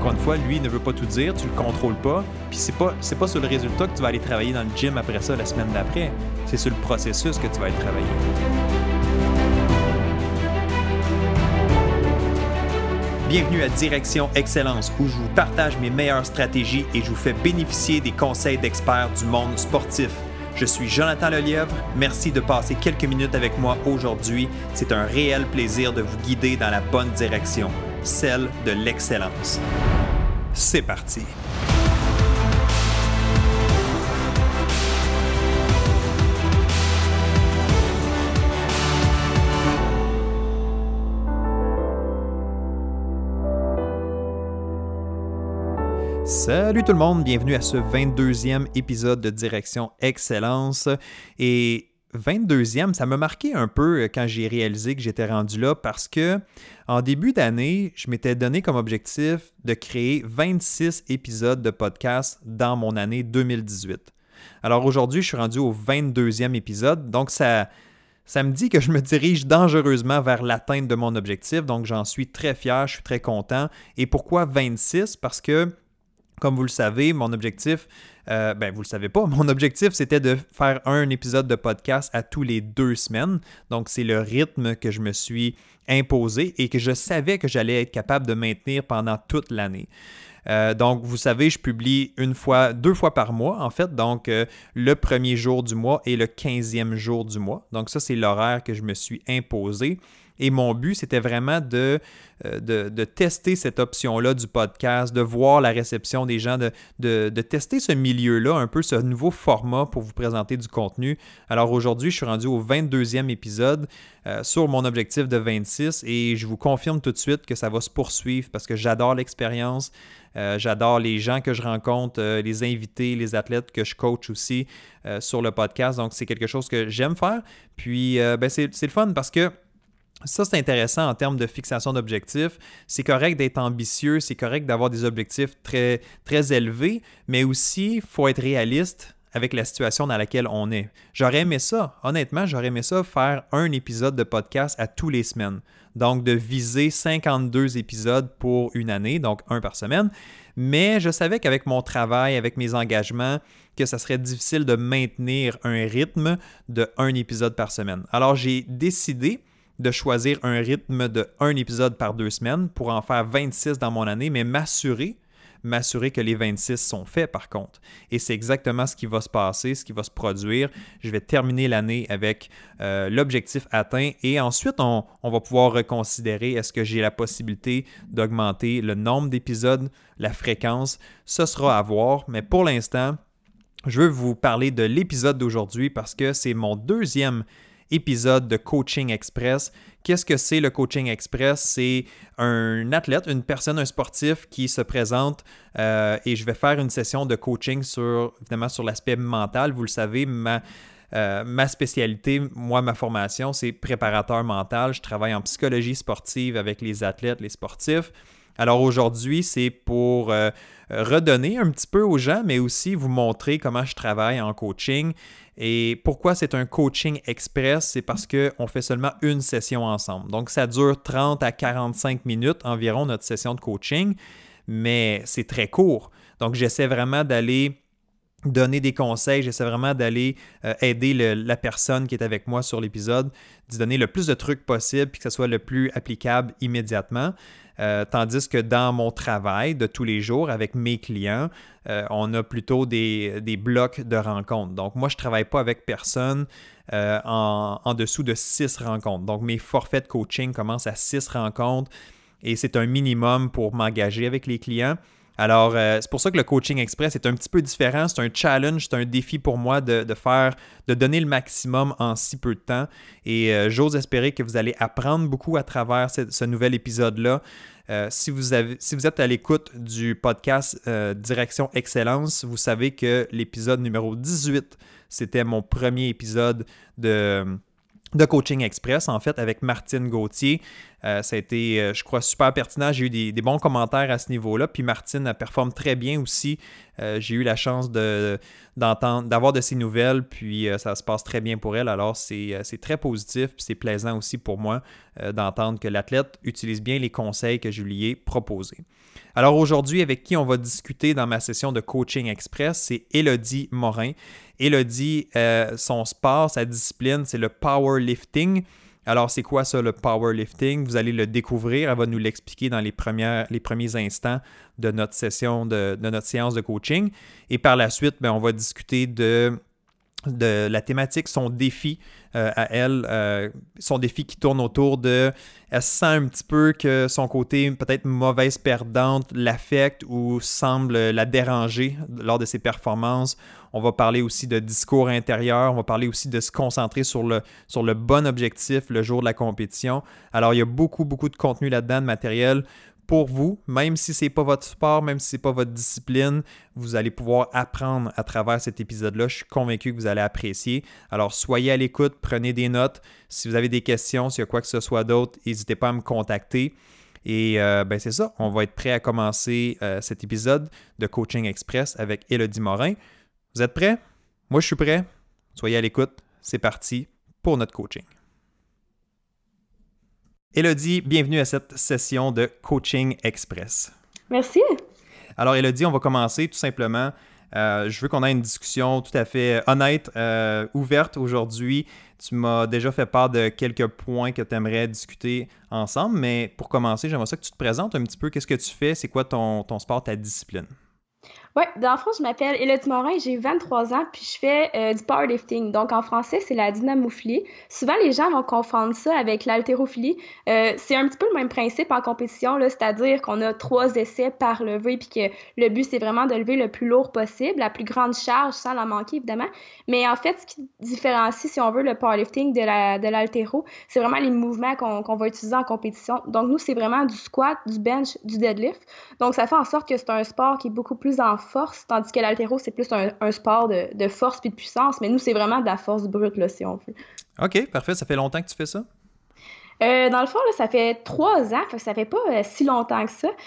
encore une fois, lui ne veut pas tout dire, tu le contrôles pas, puis c'est pas sur le résultat que tu vas aller travailler dans le gym après ça la semaine d'après, c'est sur le processus que tu vas aller travailler. Bienvenue à Direction Excellence, où je vous partage mes meilleures stratégies et je vous fais bénéficier des conseils d'experts du monde sportif. Je suis Jonathan Lelièvre, merci de passer quelques minutes avec moi aujourd'hui. C'est un réel plaisir de vous guider dans la bonne direction, celle de l'excellence. C'est parti! Salut tout le monde, bienvenue à ce 22e épisode de Direction Excellence. Et 22e, ça m'a marqué un peu quand j'ai réalisé que j'étais rendu là parce que en début d'année, je m'étais donné comme objectif de créer 26 épisodes de podcast dans mon année 2018. Alors aujourd'hui, je suis rendu au 22e épisode, donc ça me dit que je me dirige dangereusement vers l'atteinte de mon objectif, donc j'en suis très fier, je suis très content. Et pourquoi 26? Parce que comme vous le savez, mon objectif, vous le savez pas, mon objectif c'était de faire un épisode de podcast à tous les 2 semaines. Donc c'est le rythme que je me suis imposé et que je savais que j'allais être capable de maintenir pendant toute l'année. Donc, vous savez, je publie 2 fois par mois, en fait. Donc, le premier jour du mois et le 15e jour du mois. Donc, ça, c'est l'horaire que je me suis imposé. Et mon but, c'était vraiment de tester cette option-là du podcast, de voir la réception des gens, de tester ce milieu-là, un peu ce nouveau format pour vous présenter du contenu. Alors aujourd'hui, je suis rendu au 22e épisode sur mon objectif de 26 et je vous confirme tout de suite que ça va se poursuivre parce que j'adore l'expérience, j'adore les gens que je rencontre, les invités, les athlètes que je coach aussi sur le podcast. Donc, c'est quelque chose que j'aime faire. Puis, c'est le fun parce que ça, c'est intéressant en termes de fixation d'objectifs. C'est correct d'être ambitieux, c'est correct d'avoir des objectifs très, très élevés, mais aussi, il faut être réaliste avec la situation dans laquelle on est. J'aurais aimé ça, honnêtement, faire un épisode de podcast à tous les semaines. Donc, de viser 52 épisodes pour une année, donc un par semaine. Mais je savais qu'avec mon travail, avec mes engagements, que ça serait difficile de maintenir un rythme de un épisode par semaine. Alors, j'ai décidé de choisir un rythme de un épisode par 2 semaines pour en faire 26 dans mon année, mais m'assurer que les 26 sont faits par contre. Et c'est exactement ce qui va se passer, ce qui va se produire. Je vais terminer l'année avec l'objectif atteint et ensuite, on va pouvoir reconsidérer est-ce que j'ai la possibilité d'augmenter le nombre d'épisodes, la fréquence. Ce sera à voir, mais pour l'instant, je veux vous parler de l'épisode d'aujourd'hui parce que c'est mon 2e épisode de Coaching Express. Qu'est-ce que c'est le Coaching Express? C'est un athlète, une personne, un sportif qui se présente et je vais faire une session de coaching évidemment sur l'aspect mental. Vous le savez, ma spécialité, moi, ma formation, c'est préparateur mental. Je travaille en psychologie sportive avec les athlètes, les sportifs. Alors aujourd'hui, c'est pour redonner un petit peu aux gens, mais aussi vous montrer comment je travaille en coaching. Et pourquoi c'est un coaching express? C'est parce qu'on fait seulement une session ensemble. Donc, ça dure 30 à 45 minutes environ, notre session de coaching, mais c'est très court. Donc, j'essaie vraiment d'aller donner des conseils, j'essaie vraiment d'aller aider la personne qui est avec moi sur l'épisode, d'y donner le plus de trucs possible puis que ce soit le plus applicable immédiatement. Tandis que dans mon travail de tous les jours avec mes clients, on a plutôt des blocs de rencontres. Donc, moi, je ne travaille pas avec personne en dessous de 6 rencontres. Donc, mes forfaits de coaching commencent à 6 rencontres et c'est un minimum pour m'engager avec les clients. Alors, c'est pour ça que le Coaching Express est un petit peu différent. C'est un challenge, c'est un défi pour moi de donner le maximum en si peu de temps. Et j'ose espérer que vous allez apprendre beaucoup à travers ce nouvel épisode-là. Si vous êtes à l'écoute du podcast Direction Excellence, vous savez que l'épisode numéro 18, c'était mon premier épisode de de Coaching Express, en fait, avec Martine Gauthier. Ça a été, je crois, super pertinent. J'ai eu des bons commentaires à ce niveau-là. Puis Martine, elle performe très bien aussi. J'ai eu la chance d'avoir de ses nouvelles. Puis ça se passe très bien pour elle. Alors, c'est très positif. Puis c'est plaisant aussi pour moi d'entendre que l'athlète utilise bien les conseils que je lui ai proposés. Alors aujourd'hui, avec qui on va discuter dans ma session de Coaching Express, c'est Élodie Morin. Élodie, son sport, sa discipline, c'est le powerlifting. Alors, c'est quoi ça, le powerlifting? Vous allez le découvrir. Elle va nous l'expliquer dans les premiers instants de notre session, de notre séance de coaching. Et par la suite, on va discuter de la thématique, son défi à elle, son défi qui tourne autour de, elle sent un petit peu que son côté peut-être mauvaise perdante l'affecte ou semble la déranger lors de ses performances. On va parler aussi de discours intérieur, on va parler aussi de se concentrer sur le bon objectif le jour de la compétition. Alors, il y a beaucoup, beaucoup de contenu là-dedans, de matériel pour vous, même si ce n'est pas votre sport, même si ce n'est pas votre discipline, vous allez pouvoir apprendre à travers cet épisode-là. Je suis convaincu que vous allez apprécier. Alors, soyez à l'écoute, prenez des notes. Si vous avez des questions, s'il y a quoi que ce soit d'autre, n'hésitez pas à me contacter. Et c'est ça, on va être prêt à commencer cet épisode de Coaching Express avec Élodie Morin. Vous êtes prêts? Moi, je suis prêt. Soyez à l'écoute. C'est parti pour notre coaching. Élodie, bienvenue à cette session de Coaching Express. Merci. Alors, Élodie, on va commencer tout simplement. Je veux qu'on ait une discussion tout à fait honnête, ouverte aujourd'hui. Tu m'as déjà fait part de quelques points que tu aimerais discuter ensemble, mais pour commencer, j'aimerais ça que tu te présentes un petit peu. Qu'est-ce que tu fais? C'est quoi ton sport, ta discipline? Oui, dans le fond, je m'appelle Élodie Morin, j'ai 23 ans, puis je fais du powerlifting. Donc, en français, c'est la dynamophilie. Souvent, les gens vont confondre ça avec l'haltérophilie. C'est un petit peu le même principe en compétition, là, c'est-à-dire qu'on a 3 essais par levée, puis que le but, c'est vraiment de lever le plus lourd possible, la plus grande charge, sans la manquer, évidemment. Mais en fait, ce qui différencie, si on veut, le powerlifting de l'haltéro, c'est vraiment les mouvements qu'on va utiliser en compétition. Donc, nous, c'est vraiment du squat, du bench, du deadlift. Donc, ça fait en sorte que c'est un sport qui est beaucoup plus en force, tandis que l'haltéro, c'est plus un sport de force puis de puissance. Mais nous, c'est vraiment de la force brute, là, si on veut. OK, parfait. Ça fait longtemps que tu fais ça? Dans le fond, là, ça fait 3 ans, fait que ça fait pas si longtemps que ça.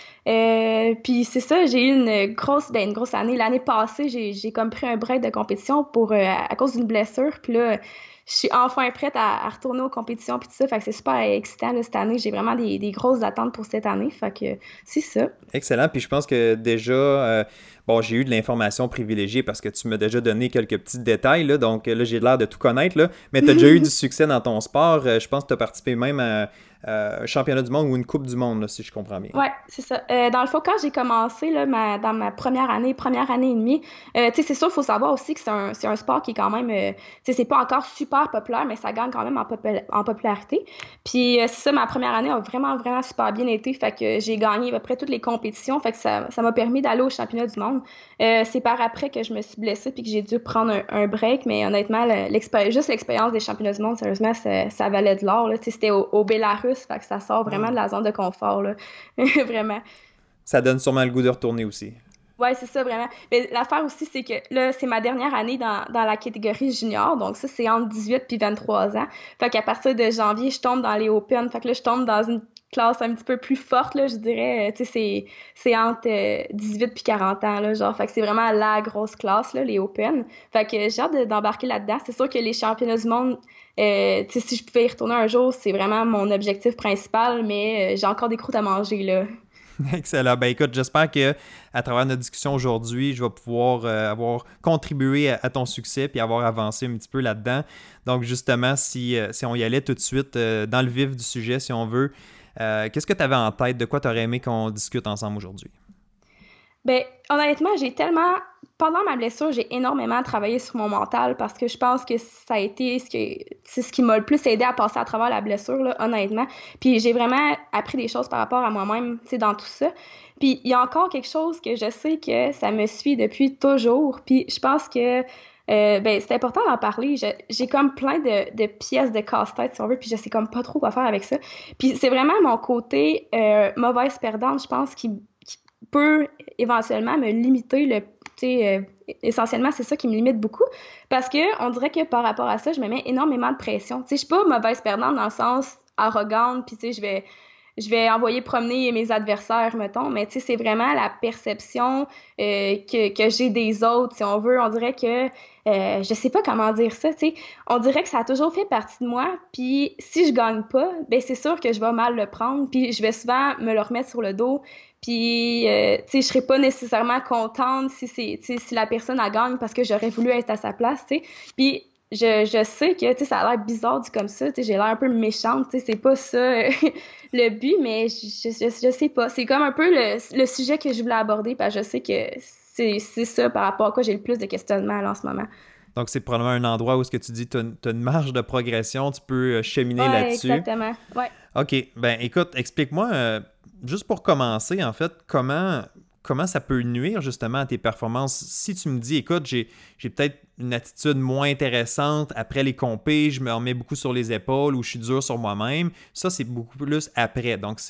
Puis c'est ça, j'ai eu une grosse année. L'année passée, j'ai comme pris un break de compétition à cause d'une blessure. Puis là, je suis enfin prête à retourner aux compétitions puis tout ça. Fait que c'est super excitant là, cette année. J'ai vraiment des grosses attentes pour cette année. Fait que c'est ça. Excellent. Puis je pense que déjà, j'ai eu de l'information privilégiée parce que tu m'as déjà donné quelques petits détails. Là, donc là, j'ai l'air de tout connaître. Là, mais tu as déjà eu du succès dans ton sport. Je pense que tu as participé même à un championnat du monde ou une coupe du monde, là, si je comprends bien. Ouais, c'est ça. Dans le fond, quand j'ai commencé là, dans ma première année et demie, tu sais, c'est sûr, il faut savoir aussi que c'est un sport qui est quand même, tu sais, c'est pas encore super populaire, mais ça gagne quand même en popularité. Puis c'est ça, ma première année a vraiment, vraiment super bien été. Fait que j'ai gagné à peu près toutes les compétitions. Fait que ça m'a permis d'aller au championnat du monde. C'est par après que je me suis blessée puis que j'ai dû prendre un break. Mais honnêtement, juste l'expérience des championnats du monde, sérieusement, ça valait de l'or. Tu sais, c'était au Bélarus. Fait que ça sort vraiment de la zone de confort, là. Vraiment. Ça donne sûrement le goût de retourner aussi. Ouais, c'est ça, vraiment. Mais l'affaire aussi, c'est que là, c'est ma dernière année dans la catégorie junior. Donc ça, c'est entre 18 puis 23 ans. Fait qu'à partir de janvier, je tombe dans les Open. Fait que là, je tombe dans une classe un petit peu plus forte, là, je dirais. Tu sais, c'est entre 18 puis 40 ans, là, genre. Fait que c'est vraiment la grosse classe, là, les Open. Fait que j'ai hâte d'embarquer là-dedans. C'est sûr que les championnats du monde, tu sais, si je pouvais y retourner un jour, c'est vraiment mon objectif principal, mais j'ai encore des croûtes à manger, là. Excellent. Ben écoute, j'espère que à travers notre discussion aujourd'hui, je vais pouvoir avoir contribué à ton succès puis avoir avancé un petit peu là-dedans. Donc justement, si on y allait tout de suite dans le vif du sujet, si on veut, qu'est-ce que tu avais en tête? De quoi tu aurais aimé qu'on discute ensemble aujourd'hui? Ben, honnêtement, pendant ma blessure, j'ai énormément travaillé sur mon mental parce que je pense que ça a été c'est ce qui m'a le plus aidé à passer à travers la blessure, là, honnêtement. Puis j'ai vraiment appris des choses par rapport à moi-même, tu sais, dans tout ça. Puis il y a encore quelque chose que je sais que ça me suit depuis toujours. Puis je pense que c'est important d'en parler. J'ai comme plein de pièces de casse-tête, si on veut, puis je sais comme pas trop quoi faire avec ça. Puis c'est vraiment mon côté mauvaise perdante, je pense, qui peut éventuellement me limiter essentiellement, c'est ça qui me limite beaucoup. Parce que on dirait que par rapport à ça, je me mets énormément de pression. Tu sais, je suis pas mauvaise perdante dans le sens arrogante, puis tu sais, je vais envoyer promener mes adversaires, mettons, mais tu sais, c'est vraiment la perception que j'ai des autres, si on veut. On dirait que, je sais pas comment dire ça, tu sais, on dirait que ça a toujours fait partie de moi, puis si je gagne pas, ben c'est sûr que je vais mal le prendre, puis je vais souvent me le remettre sur le dos, puis, tu sais, je serais pas nécessairement contente si tu sais, si la personne a gagne parce que j'aurais voulu être à sa place, tu sais, puis je sais que, tu sais, ça a l'air bizarre dit comme ça, tu sais, j'ai l'air un peu méchante, tu sais, c'est pas ça le but, mais je sais pas. C'est comme un peu le sujet que je voulais aborder, parce que je sais que c'est ça par rapport à quoi j'ai le plus de questionnements là, en ce moment. Donc, c'est probablement un endroit où ce que tu dis, tu as une marge de progression, tu peux cheminer Ouais, là-dessus. exactement. Ouais. OK. Ben, écoute, explique-moi, juste pour commencer, en fait, comment ça peut nuire justement à tes performances. Si tu me dis, écoute, j'ai peut-être une attitude moins intéressante après les compés, je me remets beaucoup sur les épaules ou je suis dur sur moi-même, ça, c'est beaucoup plus après. Donc,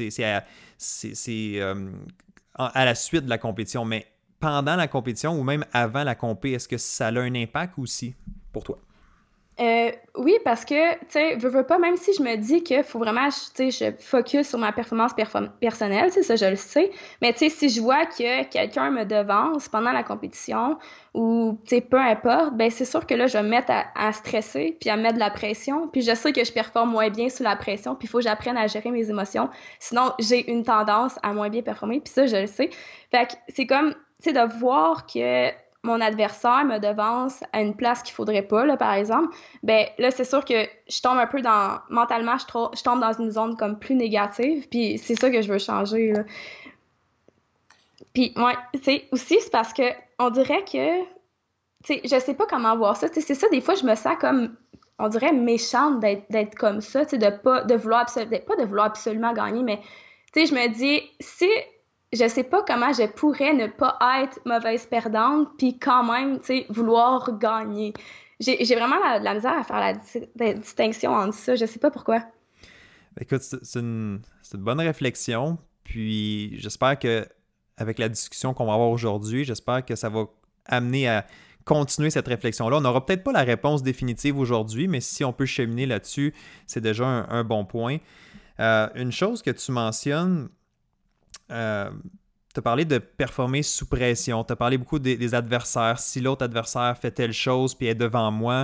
à la suite de la compétition. Mais pendant la compétition ou même avant la compé, est-ce que ça a un impact aussi pour toi? Oui, parce que, tu sais, veux pas, même si je me dis qu'il faut vraiment, tu sais, je focus sur ma performance personnelle, tu sais, ça, je le sais, mais tu sais, si je vois que quelqu'un me devance pendant la compétition ou, tu sais, peu importe, ben c'est sûr que là, je vais me mettre à stresser puis à me mettre de la pression, puis je sais que je performe moins bien sous la pression, puis il faut que j'apprenne à gérer mes émotions, sinon j'ai une tendance à moins bien performer, puis ça, je le sais. Fait que c'est comme, tu sais, de voir que mon adversaire me devance à une place qu'il faudrait pas, là, par exemple, ben là, c'est sûr que je tombe un peu mentalement, je tombe dans une zone comme plus négative, puis c'est ça que je veux changer, là. Puis, ouais, tu sais, aussi, c'est parce que on dirait que, tu sais, je sais pas comment voir ça, tu sais, c'est ça, des fois, je me sens comme, on dirait méchante d'être comme ça, tu sais, de vouloir pas de vouloir absolument gagner, mais, tu sais, je me dis, si je sais pas comment je pourrais ne pas être mauvaise perdante puis quand même, tu sais, vouloir gagner. J'ai vraiment la misère à faire la distinction entre ça. Je sais pas pourquoi. Écoute, c'est une bonne réflexion. Puis j'espère que avec la discussion qu'on va avoir aujourd'hui, j'espère que ça va amener à continuer cette réflexion-là. On n'aura peut-être pas la réponse définitive aujourd'hui, mais si on peut cheminer là-dessus, c'est déjà un bon point. Une chose que tu mentionnes, tu as parlé de performer sous pression. Tu as parlé beaucoup des adversaires. Si l'autre adversaire fait telle chose puis est devant moi,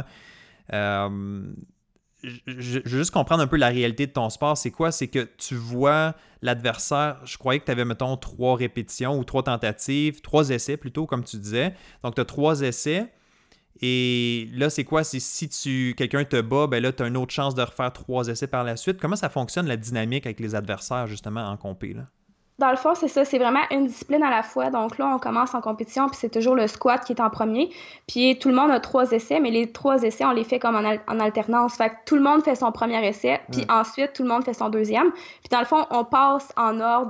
je veux juste comprendre un peu la réalité de ton sport. C'est quoi? C'est que tu vois l'adversaire. Je croyais que tu avais, mettons, 3 répétitions ou 3 tentatives, 3 essais plutôt, comme tu disais. Donc, tu as 3 essais. Et là, c'est quoi? C'est si quelqu'un te bat, ben là, tu as une autre chance de refaire 3 essais par la suite. Comment ça fonctionne, la dynamique avec les adversaires, justement, en compé, là? Dans le fond, c'est ça, c'est vraiment une discipline à la fois. Donc là, on commence en compétition, puis c'est toujours le squat qui est en premier. Puis tout le monde a 3 essais, mais les 3 essais, on les fait comme en alternance. Fait que tout le monde fait son premier essai, puis ensuite, tout le monde fait son deuxième. Puis dans le fond, on passe en ordre,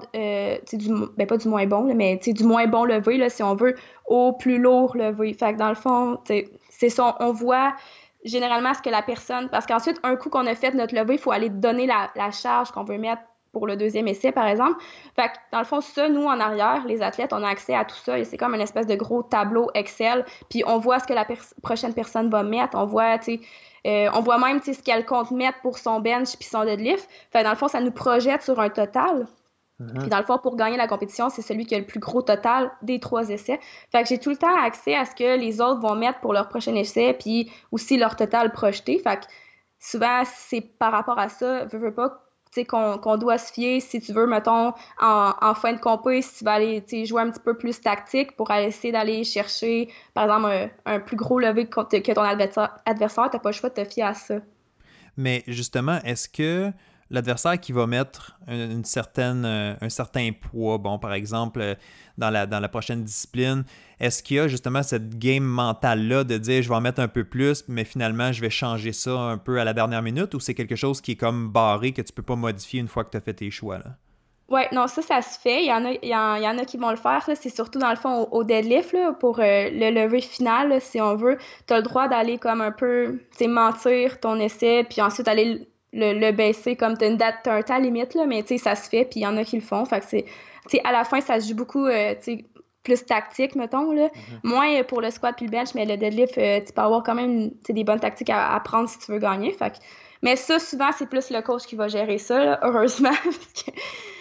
ben pas du moins bon, là, mais du moins bon levé, là, si on veut, au plus lourd levé. Fait que dans le fond, c'est ça, on voit généralement ce que la personne... Parce qu'ensuite, un coup qu'on a fait notre levé, il faut aller donner la charge qu'on veut mettre pour le deuxième essai, par exemple. Fait que, dans le fond, ça, nous, en arrière, les athlètes, on a accès à tout ça et c'est comme une espèce de gros tableau Excel, puis on voit ce que la prochaine personne va mettre, on voit, on voit même, ce qu'elle compte mettre pour son bench puis son deadlift. Fait que, dans le fond, ça nous projette sur un total. Puis dans le fond, pour gagner la compétition, c'est celui qui a le plus gros total des 3 essais. Fait que j'ai tout le temps accès à ce que les autres vont mettre pour leur prochain essai, puis aussi leur total projeté. Fait que souvent, c'est par rapport à ça, veux pas, qu'on doit se fier, si tu veux, mettons, en fin de compé, si tu vas aller jouer un petit peu plus tactique pour essayer d'aller chercher, par exemple, un plus gros levé que ton adversaire, t'as pas le choix de te fier à ça. Mais justement, est-ce que l'adversaire qui va mettre un certain poids, bon, par exemple, dans la prochaine discipline, est-ce qu'il y a justement cette game mentale-là de dire je vais en mettre un peu plus, mais finalement je vais changer ça un peu à la dernière minute, ou c'est quelque chose qui est comme barré que tu peux pas modifier une fois que tu as fait tes choix, là? Ouais, non, ça se fait. Il y en a qui vont le faire. Là. C'est surtout dans le fond au deadlift là, pour le lever final, là, si on veut. Tu as le droit d'aller comme un peu mentir ton essai, puis ensuite aller le baisser comme t'as un temps limite, là, mais ça se fait, puis il y en a qui le font. Fait que c'est à la fin, ça se joue beaucoup plus tactique, mettons, là. Moins pour le squat puis le bench, mais le deadlift, tu peux avoir quand même des bonnes tactiques à prendre si tu veux gagner. Fait que... Mais ça, souvent, c'est plus le coach qui va gérer ça, là, heureusement. Parce que...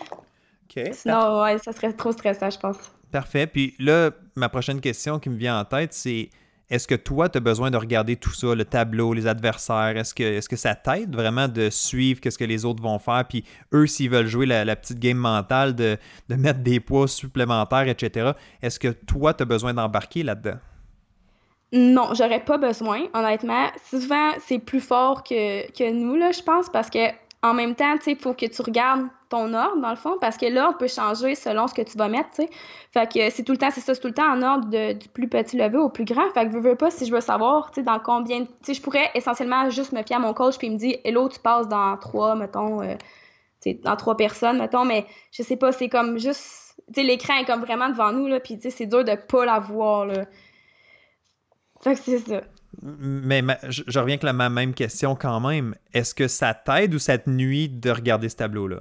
Sinon, ouais, ça serait trop stressant, je pense. Parfait. Puis là, ma prochaine question qui me vient en tête, c'est est-ce que toi, tu as besoin de regarder tout ça, le tableau, les adversaires? Est-ce que ça t'aide vraiment de suivre ce que les autres vont faire? Puis eux, s'ils veulent jouer la petite game mentale de mettre des poids supplémentaires, etc., est-ce que toi, tu as besoin d'embarquer là-dedans? Non, j'aurais pas besoin, honnêtement. Souvent, c'est plus fort que nous, là, je pense, parce que en même temps, tu sais, il faut que tu regardes ton ordre, dans le fond, parce que l'ordre peut changer selon ce que tu vas mettre, tu sais. Fait que c'est tout le temps, c'est tout le temps en ordre du plus petit lever au plus grand. Fait que veux pas, si je veux savoir, tu sais, dans combien... Tu sais, je pourrais essentiellement juste me fier à mon coach puis il me dit « Hello, tu passes dans 3, mettons, tu sais, dans 3 personnes, mettons, mais je sais pas, c'est comme juste... Tu sais, l'écran est comme vraiment devant nous, là, puis tu sais, c'est dur de pas la voir, là. Fait que c'est ça. Mais je reviens avec ma même question quand même. Est-ce que ça t'aide ou ça te nuit de regarder ce tableau-là?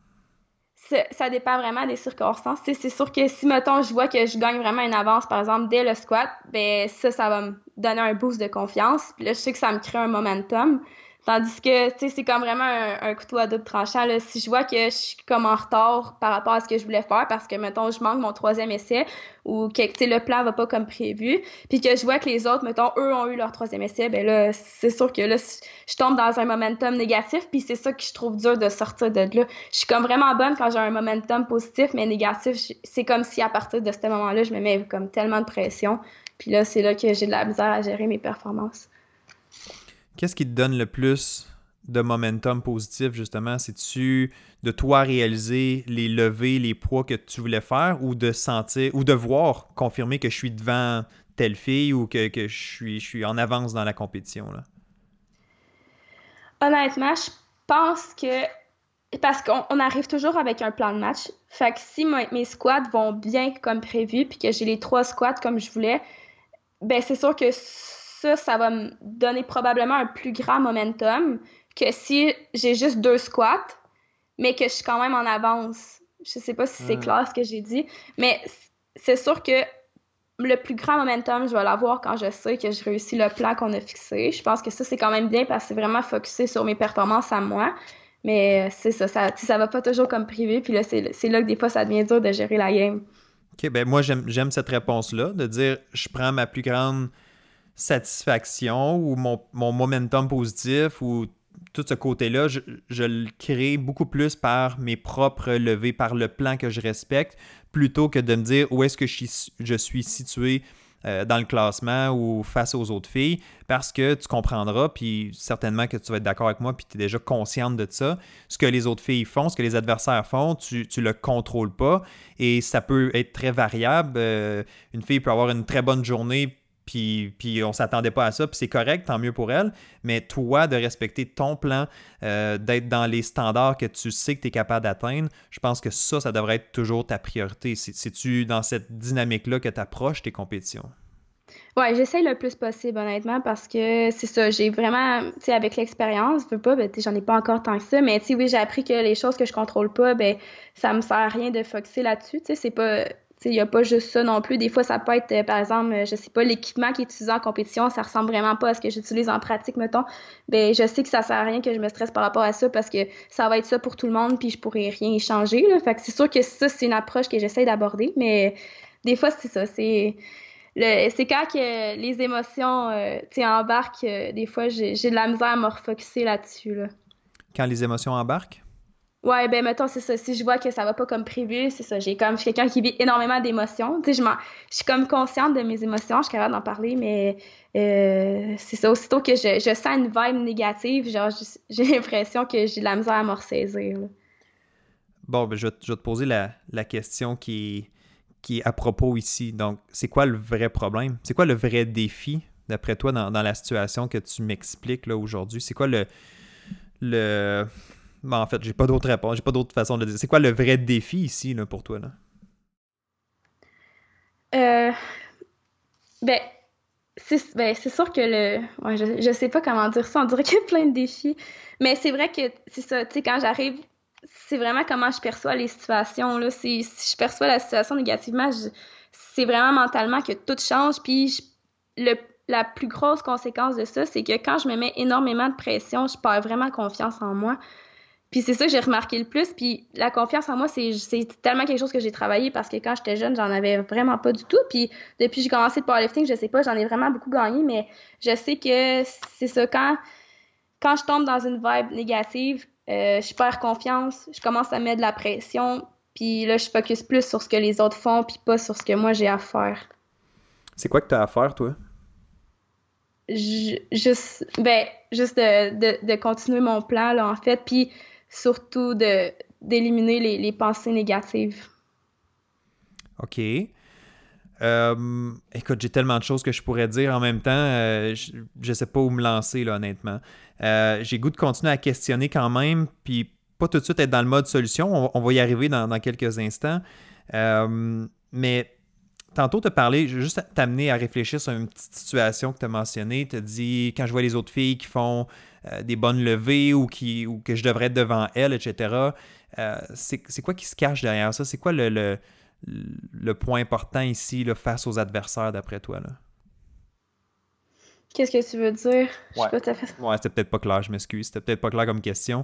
Ça dépend vraiment des circonstances. Tu sais, c'est sûr que si, mettons, je vois que je gagne vraiment une avance, par exemple, dès le squat, ben ça va me donner un boost de confiance. Puis là, je sais que ça me crée un momentum. Tandis que, tu sais, c'est comme vraiment un couteau à double tranchant, là. Si je vois que je suis comme en retard par rapport à ce que je voulais faire, parce que, mettons, je manque mon 3e essai, ou que, tu sais, le plan va pas comme prévu, puis que je vois que les autres, mettons, eux ont eu leur 3e essai, ben là, c'est sûr que là, je tombe dans un momentum négatif, puis c'est ça que je trouve dur de sortir de là. Je suis comme vraiment bonne quand j'ai un momentum positif, mais négatif, c'est comme si à partir de ce moment-là, je me mets comme tellement de pression, puis là, c'est là que j'ai de la misère à gérer mes performances. Qu'est-ce qui te donne le plus de momentum positif, justement? C'est-tu de toi réaliser les levées, les poids que tu voulais faire ou de sentir ou de voir confirmer que je suis devant telle fille ou que je suis en avance dans la compétition, là? Honnêtement, je pense que parce qu'on arrive toujours avec un plan de match. Fait que si mes squats vont bien comme prévu puis que j'ai les 3 squats comme je voulais, ben c'est sûr que ça va me donner probablement un plus grand momentum que si j'ai juste 2 squats, mais que je suis quand même en avance. Je sais pas si c'est clair ce que j'ai dit, mais c'est sûr que le plus grand momentum, je vais l'avoir quand je sais que je réussis le plan qu'on a fixé. Je pense que ça, c'est quand même bien parce que c'est vraiment focusé sur mes performances à moi. Mais c'est ça va pas toujours comme privé. Puis là, c'est là que des fois, ça devient dur de gérer la game. OK, ben moi, j'aime cette réponse-là, de dire je prends ma plus grande satisfaction ou mon momentum positif ou tout ce côté-là, je le crée beaucoup plus par mes propres levées, par le plan que je respecte, plutôt que de me dire où est-ce que je suis situé dans le classement ou face aux autres filles, parce que tu comprendras, puis certainement que tu vas être d'accord avec moi, puis tu es déjà consciente de ça. Ce que les autres filles font, ce que les adversaires font, tu le contrôles pas, et ça peut être très variable. Une fille peut avoir une très bonne journée, puis on s'attendait pas à ça, puis c'est correct, tant mieux pour elle, mais toi, de respecter ton plan, d'être dans les standards que tu sais que tu es capable d'atteindre, je pense que ça devrait être toujours ta priorité. C'est-tu dans cette dynamique-là que tu approches tes compétitions? Ouais, j'essaye le plus possible, honnêtement, parce que c'est ça, j'ai vraiment, tu sais, avec l'expérience, je veux pas, ben, tu sais, j'en ai pas encore tant que ça, mais tu sais, oui, j'ai appris que les choses que je contrôle pas, ben, ça me sert à rien de focuser là-dessus, tu sais, c'est pas... Il n'y a pas juste ça non plus. Des fois, ça peut être, par exemple, je sais pas, l'équipement qui est utilisé en compétition, ça ressemble vraiment pas à ce que j'utilise en pratique, mettons. Ben, je sais que ça sert à rien que je me stresse par rapport à ça parce que ça va être ça pour tout le monde puis je pourrais rien y changer, là. Fait que c'est sûr que ça, c'est une approche que j'essaie d'aborder, mais des fois, c'est ça. C'est quand que les émotions, tu sais, embarquent, des fois, j'ai de la misère à me refocusser là-dessus, là. Quand les émotions embarquent? Ouais, ben mettons, c'est ça. Si je vois que ça va pas comme prévu, c'est ça. Je suis quelqu'un qui vit énormément d'émotions. Tu sais, je suis comme consciente de mes émotions, je suis capable d'en parler, mais c'est ça. Aussitôt que je sens une vibe négative, genre, j'ai l'impression que j'ai de la misère à me ressaisir, là. Bon, ben, je vais te poser la question qui est à propos ici. Donc, c'est quoi le vrai problème? C'est quoi le vrai défi, d'après toi, dans la situation que tu m'expliques là aujourd'hui? C'est quoi le... Bon, en fait, j'ai pas d'autre réponse, j'ai pas d'autre façon de le dire. C'est quoi le vrai défi ici là, pour toi, là? Euh, ben, c'est sûr que ouais, je sais pas comment dire ça, on dirait qu'il y a plein de défis. Mais c'est vrai que c'est ça, tu sais, quand j'arrive, c'est vraiment comment je perçois les situations, là. Si je perçois la situation négativement, c'est vraiment mentalement que tout change. Puis la plus grosse conséquence de ça, c'est que quand je me mets énormément de pression, je perds vraiment confiance en moi. Puis c'est ça que j'ai remarqué le plus. Puis la confiance en moi, c'est tellement quelque chose que j'ai travaillé parce que quand j'étais jeune, j'en avais vraiment pas du tout. Puis depuis que j'ai commencé le powerlifting, je sais pas, j'en ai vraiment beaucoup gagné, mais je sais que c'est ça. Quand je tombe dans une vibe négative, je perds confiance, je commence à mettre de la pression, puis là, je focus plus sur ce que les autres font, puis pas sur ce que moi j'ai à faire. C'est quoi que tu as à faire, toi? Juste de continuer mon plan, là, en fait, puis surtout d'éliminer les pensées négatives. OK. Écoute, j'ai tellement de choses que je pourrais dire en même temps. Je sais pas où me lancer, là, honnêtement. J'ai goût de continuer à questionner quand même, puis pas tout de suite être dans le mode solution. On va y arriver dans quelques instants. Mais tantôt, tu as parlé, je vais juste t'amener à réfléchir sur une petite situation que tu as mentionnée. Tu as dit, quand je vois les autres filles qui font des bonnes levées ou que je devrais être devant elles, etc., c'est quoi qui se cache derrière ça? C'est quoi le point important ici là, face aux adversaires, d'après toi? Là? Qu'est-ce que tu veux dire? Je Ouais. sais pas tout à fait. Ouais, c'était peut-être pas clair, je m'excuse. C'était peut-être pas clair comme question.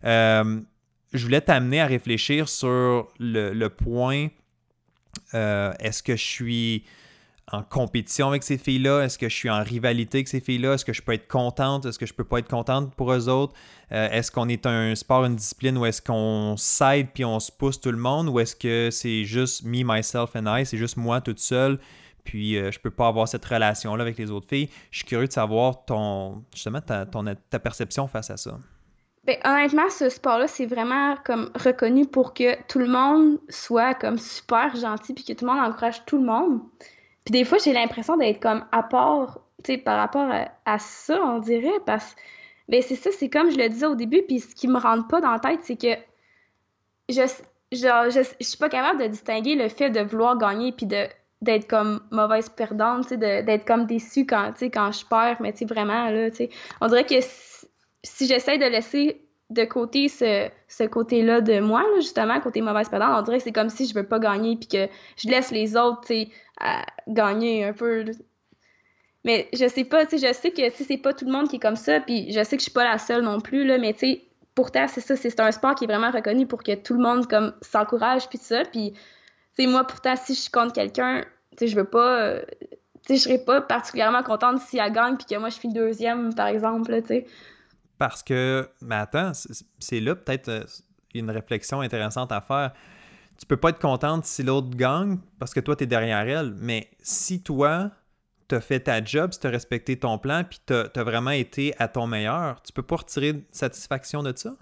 Je voulais t'amener à réfléchir sur le point, est-ce que je suis en compétition avec ces filles-là? Est-ce que je suis en rivalité avec ces filles-là? Est-ce que je peux être contente? Est-ce que je peux pas être contente pour eux autres? Est-ce qu'on est un sport, une discipline où est-ce qu'on s'aide puis on se pousse tout le monde? Ou est-ce que c'est juste me, myself and I? C'est juste moi toute seule? Puis je peux pas avoir cette relation-là avec les autres filles. Je suis curieux de savoir justement ta perception face à ça. Ben, honnêtement, ce sport-là, c'est vraiment comme reconnu pour que tout le monde soit comme super gentil puis que tout le monde encourage tout le monde. Puis des fois, j'ai l'impression d'être comme à part, tu sais, par rapport à ça, on dirait, parce ben c'est ça, c'est comme je le disais au début, puis ce qui me rentre pas dans la tête, c'est que je, je suis pas capable de distinguer le fait de vouloir gagner puis d'être comme mauvaise perdante, tu sais, d'être comme déçue quand, tu sais, quand je perds, mais tu sais, vraiment, là, tu sais, on dirait que si j'essaie de laisser de côté ce côté-là de moi, là, justement, côté mauvaise perdante, on dirait que c'est comme si je veux pas gagner puis que je laisse les autres, tu sais, gagner un peu, là. Mais je sais pas, tu sais, je sais que si c'est pas tout le monde qui est comme ça, puis je sais que je suis pas la seule non plus, là, mais tu sais, pourtant, c'est ça, c'est un sport qui est vraiment reconnu pour que tout le monde, comme, s'encourage, puis tout ça, puis, tu sais, moi, pourtant, si je suis contre quelqu'un, tu sais, je veux pas, tu sais, je serais pas particulièrement contente si elle gagne, puis que moi, je suis deuxième, par exemple, là, tu sais. Parce que, mais attends, c'est là peut-être une réflexion intéressante à faire. Tu peux pas être contente si l'autre gagne parce que toi, tu es derrière elle. Mais si toi, tu as fait ta job, si tu as respecté ton plan, puis tu as vraiment été à ton meilleur, tu peux pas retirer de satisfaction de ça?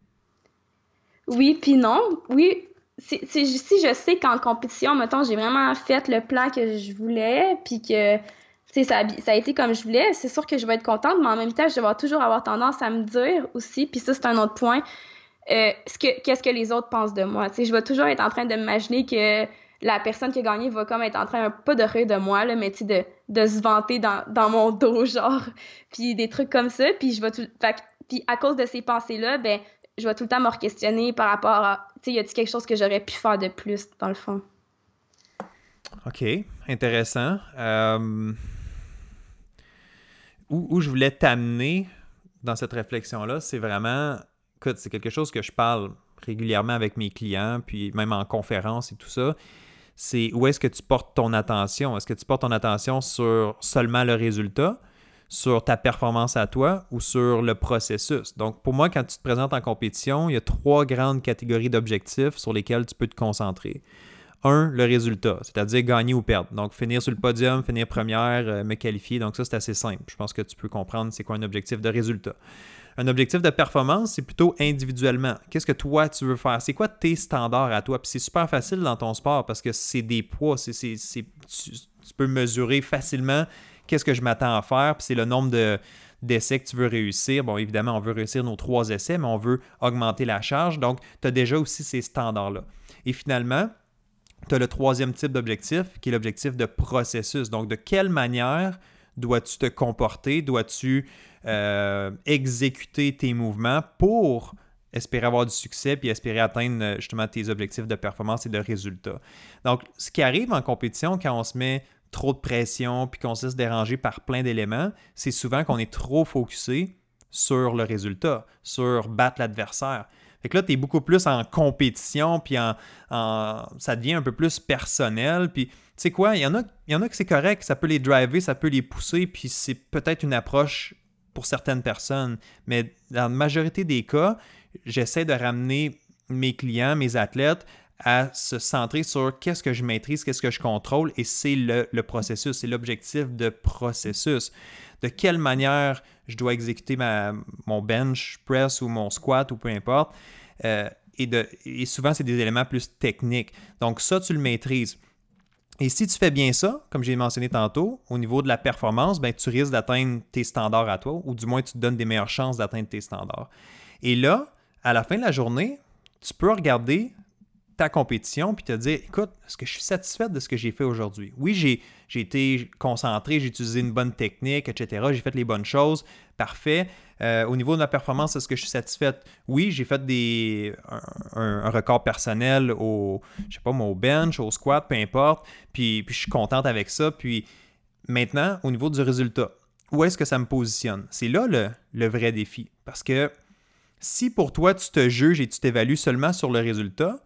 Oui, puis non. Oui, si je sais qu'en compétition, mettons, j'ai vraiment fait le plan que je voulais, puis que tu sais, ça a été comme je voulais, c'est sûr que je vais être contente, mais en même temps, je vais toujours avoir tendance à me dire aussi, puis ça, c'est un autre point, qu'est-ce que les autres pensent de moi. Tu sais, je vais toujours être en train de m'imaginer que la personne qui a gagné va comme être en train, pas de rire de moi, là, mais tu sais, de se vanter dans mon dos, genre, puis des trucs comme ça, puis je vais tout... Puis à cause de ces pensées-là, ben, je vais tout le temps me re-questionner par rapport à, tu sais, y a-t-il quelque chose que j'aurais pu faire de plus, dans le fond? OK, intéressant. Où je voulais t'amener dans cette réflexion-là, c'est vraiment, écoute, c'est quelque chose que je parle régulièrement avec mes clients, puis même en conférence et tout ça, c'est où est-ce que tu portes ton attention? Est-ce que tu portes ton attention sur seulement le résultat, sur ta performance à toi ou sur le processus? Donc, pour moi, quand tu te présentes en compétition, il y a 3 grandes catégories d'objectifs sur lesquels tu peux te concentrer. Un, le résultat, c'est-à-dire gagner ou perdre. Donc, finir sur le podium, finir première, me qualifier. Donc, ça, c'est assez simple. Je pense que tu peux comprendre c'est quoi un objectif de résultat. Un objectif de performance, c'est plutôt individuellement. Qu'est-ce que toi, tu veux faire? C'est quoi tes standards à toi? Puis c'est super facile dans ton sport parce que c'est des poids. Tu peux mesurer facilement qu'est-ce que je m'attends à faire. Puis c'est le nombre d'essais que tu veux réussir. Bon, évidemment, on veut réussir nos 3 essais, mais on veut augmenter la charge. Donc, tu as déjà aussi ces standards-là. Et finalement, tu as le 3e type d'objectif, qui est l'objectif de processus. Donc, de quelle manière dois-tu te comporter? Dois-tu exécuter tes mouvements pour espérer avoir du succès puis espérer atteindre justement tes objectifs de performance et de résultats. Donc, ce qui arrive en compétition quand on se met trop de pression puis qu'on se laisse déranger par plein d'éléments, c'est souvent qu'on est trop focusé sur le résultat, sur battre l'adversaire. Fait que là, tu es beaucoup plus en compétition, puis ça devient un peu plus personnel. Puis, tu sais quoi, il y en a que c'est correct, ça peut les driver, ça peut les pousser, puis c'est peut-être une approche pour certaines personnes. Mais dans la majorité des cas, j'essaie de ramener mes clients, mes athlètes, à se centrer sur qu'est-ce que je maîtrise, qu'est-ce que je contrôle, et c'est le processus, c'est l'objectif de processus. De quelle manière je dois exécuter mon bench press ou mon squat ou peu importe. Et souvent, c'est des éléments plus techniques. Donc ça, tu le maîtrises. Et si tu fais bien ça, comme j'ai mentionné tantôt, au niveau de la performance, ben, tu risques d'atteindre tes standards à toi, ou du moins tu te donnes des meilleures chances d'atteindre tes standards. Et là, à la fin de la journée, tu peux regarder ta compétition puis te dire, écoute, est-ce que je suis satisfait de ce que j'ai fait aujourd'hui? Oui, j'ai été concentré, j'ai utilisé une bonne technique, etc. J'ai fait les bonnes choses, parfait. Au niveau de la performance, est-ce que je suis satisfait? Oui, j'ai fait un record personnel au bench, au squat, peu importe, puis je suis contente avec ça. Puis maintenant, au niveau du résultat, où est-ce que ça me positionne? C'est là le vrai défi. Parce que si pour toi, tu te juges et tu t'évalues seulement sur le résultat,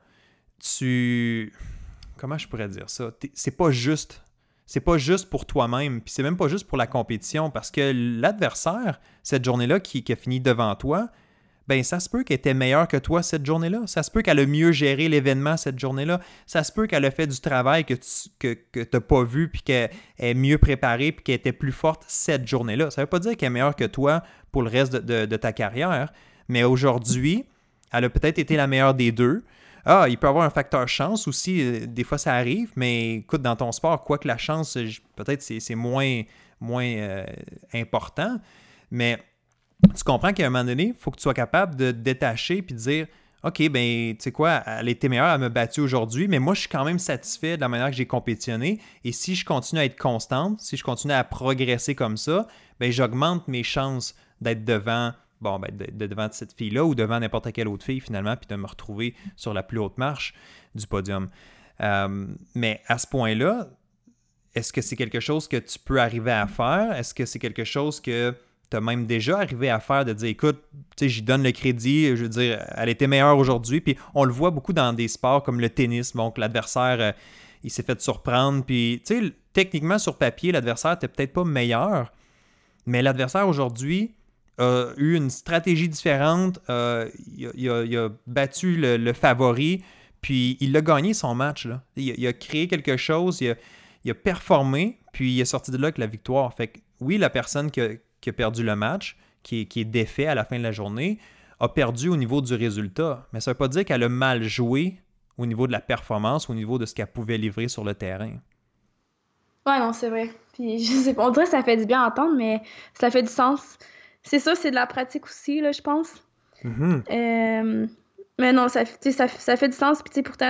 comment je pourrais dire ça? C'est pas juste pour toi-même, puis c'est même pas juste pour la compétition, parce que l'adversaire, cette journée-là, qui a fini devant toi, ben ça se peut qu'elle était meilleure que toi cette journée-là. Ça se peut qu'elle a mieux géré l'événement cette journée-là. Ça se peut qu'elle a fait du travail que tu n'as pas vu, puis qu'elle est mieux préparée, puis qu'elle était plus forte cette journée-là. Ça ne veut pas dire qu'elle est meilleure que toi pour le reste de ta carrière, mais aujourd'hui, elle a peut-être été la meilleure des deux. Ah, il peut y avoir un facteur chance aussi, des fois ça arrive, mais écoute, dans ton sport, quoi que la chance, peut-être c'est moins important, mais tu comprends qu'à un moment donné, il faut que tu sois capable de te détacher puis de dire, OK, ben tu sais quoi, elle était meilleure, elle m'a battu aujourd'hui, mais moi je suis quand même satisfait de la manière que j'ai compétitionné, et si je continue à être constante, si je continue à progresser comme ça, ben j'augmente mes chances d'être devant devant cette fille-là ou devant n'importe quelle autre fille finalement, puis de me retrouver sur la plus haute marche du podium. Mais à ce point-là, est-ce que c'est quelque chose que tu peux arriver à faire? Est-ce que c'est quelque chose que tu as même déjà arrivé à faire, de dire, écoute, tu sais, j'y donne le crédit, je veux dire, elle était meilleure aujourd'hui, puis on le voit beaucoup dans des sports comme le tennis, donc l'adversaire, il s'est fait surprendre, puis tu sais, techniquement sur papier, l'adversaire n'était peut-être pas meilleur, mais l'adversaire aujourd'hui a eu une stratégie différente, il a battu le favori, puis il a gagné son match, là. Il a créé quelque chose, il a performé, puis il est sorti de là avec la victoire. Fait que oui, la personne qui a perdu le match, qui est défait à la fin de la journée, a perdu au niveau du résultat. Mais ça ne veut pas dire qu'elle a mal joué au niveau de la performance, au niveau de ce qu'elle pouvait livrer sur le terrain. Ouais, non, c'est vrai. Puis je sais pas, on dirait que ça fait du bien à entendre, mais ça fait du sens. C'est ça, c'est de la pratique aussi, là, je pense. Mm-hmm. Mais non, ça fait du sens. Puis tu sais, pourtant,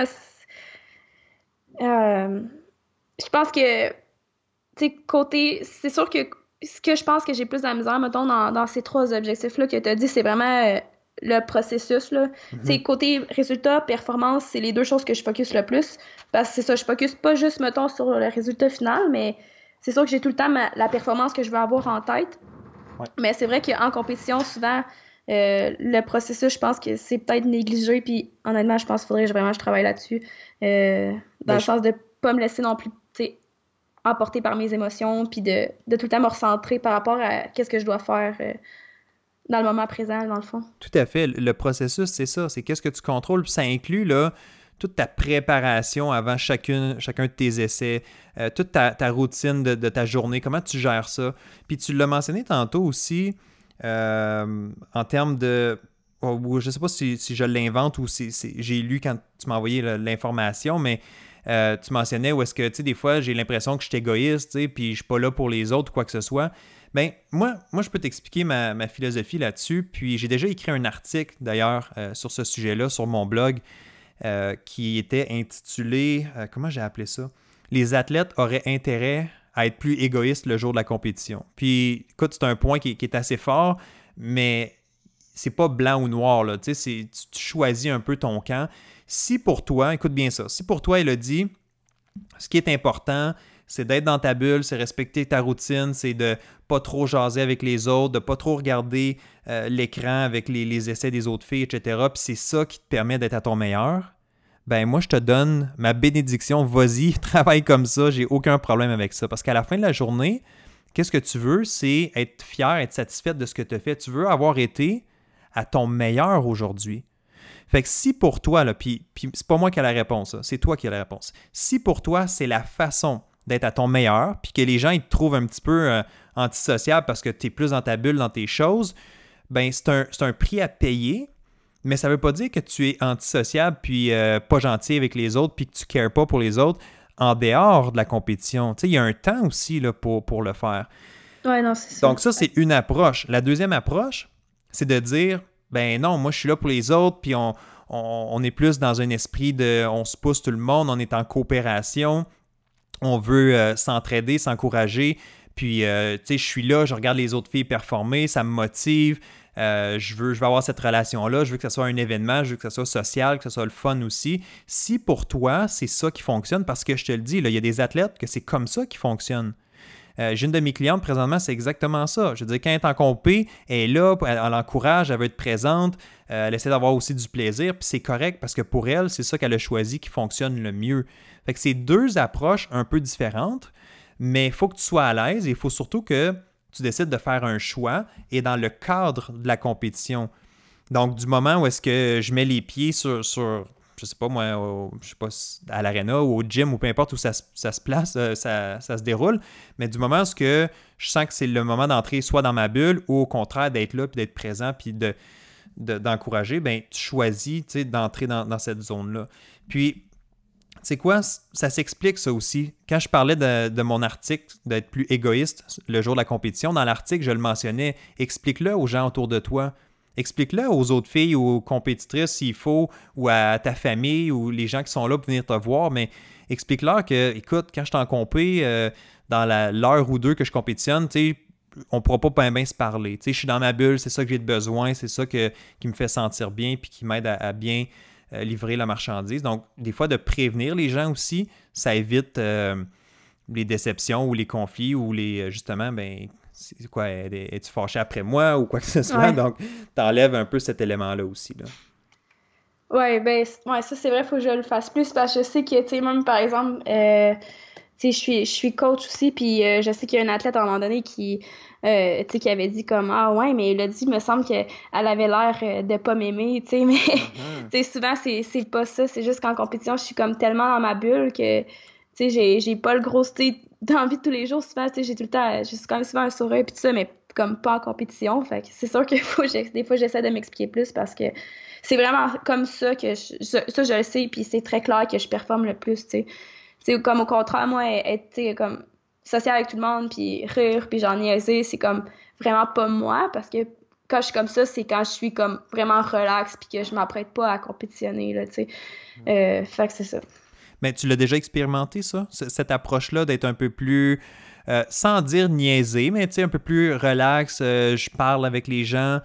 je pense que, tu sais, c'est sûr que ce que je pense que j'ai plus de la misère, mettons, dans ces trois objectifs-là que tu as dit, c'est vraiment le processus, là. Mm-hmm. Tu sais, côté résultat, performance, c'est les deux choses que je focus le plus. Parce que c'est ça, je focus pas juste, mettons, sur le résultat final, mais c'est sûr que j'ai tout le temps la performance que je veux avoir en tête. Ouais. Mais c'est vrai qu'en compétition, souvent, le processus, je pense que c'est peut-être négligé. Puis honnêtement, je pense qu'il faudrait vraiment que je travaille là-dessus. Dans le sens de pas me laisser non plus emporter par mes émotions, puis de tout le temps me recentrer par rapport à qu'est-ce que je dois faire dans le moment présent, dans le fond. Tout à fait. Le processus, c'est ça. C'est qu'est-ce que tu contrôles. Puis ça inclut là, toute ta préparation avant chacun de tes essais, toute ta routine de ta journée, comment tu gères ça. Puis tu l'as mentionné tantôt aussi, en termes de... je ne sais pas si je l'invente ou si j'ai lu quand tu m'as envoyé l'information, mais tu mentionnais où est-ce que, tu sais, des fois, j'ai l'impression que je suis égoïste, tu sais, puis je ne suis pas là pour les autres ou quoi que ce soit. Bien, moi, je peux t'expliquer ma philosophie là-dessus, puis j'ai déjà écrit un article, d'ailleurs, sur ce sujet-là, sur mon blog, qui était intitulé, comment j'ai appelé ça? Les athlètes auraient intérêt à être plus égoïstes le jour de la compétition. Puis, écoute, c'est un point qui est assez fort, mais c'est pas blanc ou noir, là, tu sais, tu choisis un peu ton camp. Si pour toi, écoute bien ça, si pour toi, Élodie, ce qui est important, c'est d'être dans ta bulle, c'est respecter ta routine, c'est de pas trop jaser avec les autres, de pas trop regarder l'écran avec les essais des autres filles, etc. Puis c'est ça qui te permet d'être à ton meilleur. Ben moi, je te donne ma bénédiction, vas-y, travaille comme ça, j'ai aucun problème avec ça. Parce qu'à la fin de la journée, qu'est-ce que tu veux? C'est être fier, être satisfaite de ce que tu as fait. Tu veux avoir été à ton meilleur aujourd'hui. Fait que si pour toi, là, puis c'est pas moi qui ai la réponse, là, c'est toi qui as la réponse. Si pour toi, c'est la façon d'être à ton meilleur, puis que les gens ils te trouvent un petit peu antisociable parce que tu es plus dans ta bulle, dans tes choses, ben c'est un prix à payer, mais ça veut pas dire que tu es antisociable puis pas gentil avec les autres puis que tu ne cares pas pour les autres en dehors de la compétition. Tu sais, il y a un temps aussi là, pour le faire. Ouais, non, c'est ça. Donc ça, c'est une approche. La deuxième approche, c'est de dire, ben non, moi je suis là pour les autres, puis on est plus dans un esprit de, on se pousse tout le monde, on est en coopération, on veut s'entraider, s'encourager, puis tu sais, je suis là, je regarde les autres filles performer, ça me motive, je veux avoir cette relation-là, je veux que ce soit un événement, je veux que ce soit social, que ce soit le fun aussi. Si pour toi, c'est ça qui fonctionne, parce que je te le dis, là, il y a des athlètes que c'est comme ça qui fonctionnent. J'ai une de mes clientes présentement, c'est exactement ça. Je veux dire, quand elle est en compé, elle est là, elle l'encourage, elle veut être présente, elle essaie d'avoir aussi du plaisir, puis c'est correct parce que pour elle, c'est ça qu'elle a choisi qui fonctionne le mieux. Fait que c'est deux approches un peu différentes, mais il faut que tu sois à l'aise et il faut surtout que tu décides de faire un choix et dans le cadre de la compétition. Donc, du moment où est-ce que je mets les pieds sur je sais pas moi, je sais pas, à l'aréna ou au gym ou peu importe où ça se place, ça se déroule, mais du moment où est-ce que je sens que c'est le moment d'entrer soit dans ma bulle ou au contraire d'être là puis d'être présent puis d'encourager, ben tu choisis d'entrer dans cette zone-là. Puis, tu sais quoi, ça s'explique ça aussi. Quand je parlais de mon article, d'être plus égoïste le jour de la compétition, dans l'article, je le mentionnais, explique-le aux gens autour de toi. Explique-le aux autres filles ou aux compétitrices s'il faut, ou à ta famille ou les gens qui sont là pour venir te voir, mais explique-leur que, écoute, quand je suis en compé, dans l'heure ou deux que je compétitionne, tu sais, on ne pourra pas bien se parler. Tu sais, je suis dans ma bulle, c'est ça que j'ai de besoin, c'est ça qui me fait sentir bien puis qui m'aide à bien livrer la marchandise. Donc, des fois, de prévenir les gens aussi, ça évite les déceptions ou les conflits ou justement, ben c'est quoi, es-tu fâché après moi ou quoi que ce soit? Ouais. Donc, t'enlèves un peu cet élément-là aussi, là. Ouais, ben, ouais, ça, c'est vrai, faut que je le fasse plus parce que je sais que, tu sais, même, par exemple, tu sais, je suis coach aussi, puis je sais qu'il y a un athlète à un moment donné qui, tu sais, qui avait dit comme, ah ouais, mais il a dit, il me semble qu'elle avait l'air de pas m'aimer, tu sais, mais, tu sais, souvent, c'est pas ça, c'est juste qu'en compétition, je suis comme tellement dans ma bulle que, tu sais, j'ai pas le gros state d'envie de tous les jours, souvent, tu sais, j'ai tout le temps, j'ai quand même souvent un sourire puis tout ça, mais comme pas en compétition, fait que c'est sûr que des fois, j'essaie de m'expliquer plus parce que c'est vraiment comme ça que je le sais, puis c'est très clair que je performe le plus, tu sais. C'est comme au contraire, moi, être comme sociale avec tout le monde, puis rire, puis j'en niaiser, c'est comme vraiment pas moi, parce que quand je suis comme ça, c'est quand je suis comme vraiment relax, puis que je m'apprête pas à compétitionner, là, tu sais. Fait que c'est ça. Mais tu l'as déjà expérimenté, ça? Cette approche-là d'être un peu plus, sans dire niaiser, mais tu sais, un peu plus relax, je parle avec les gens,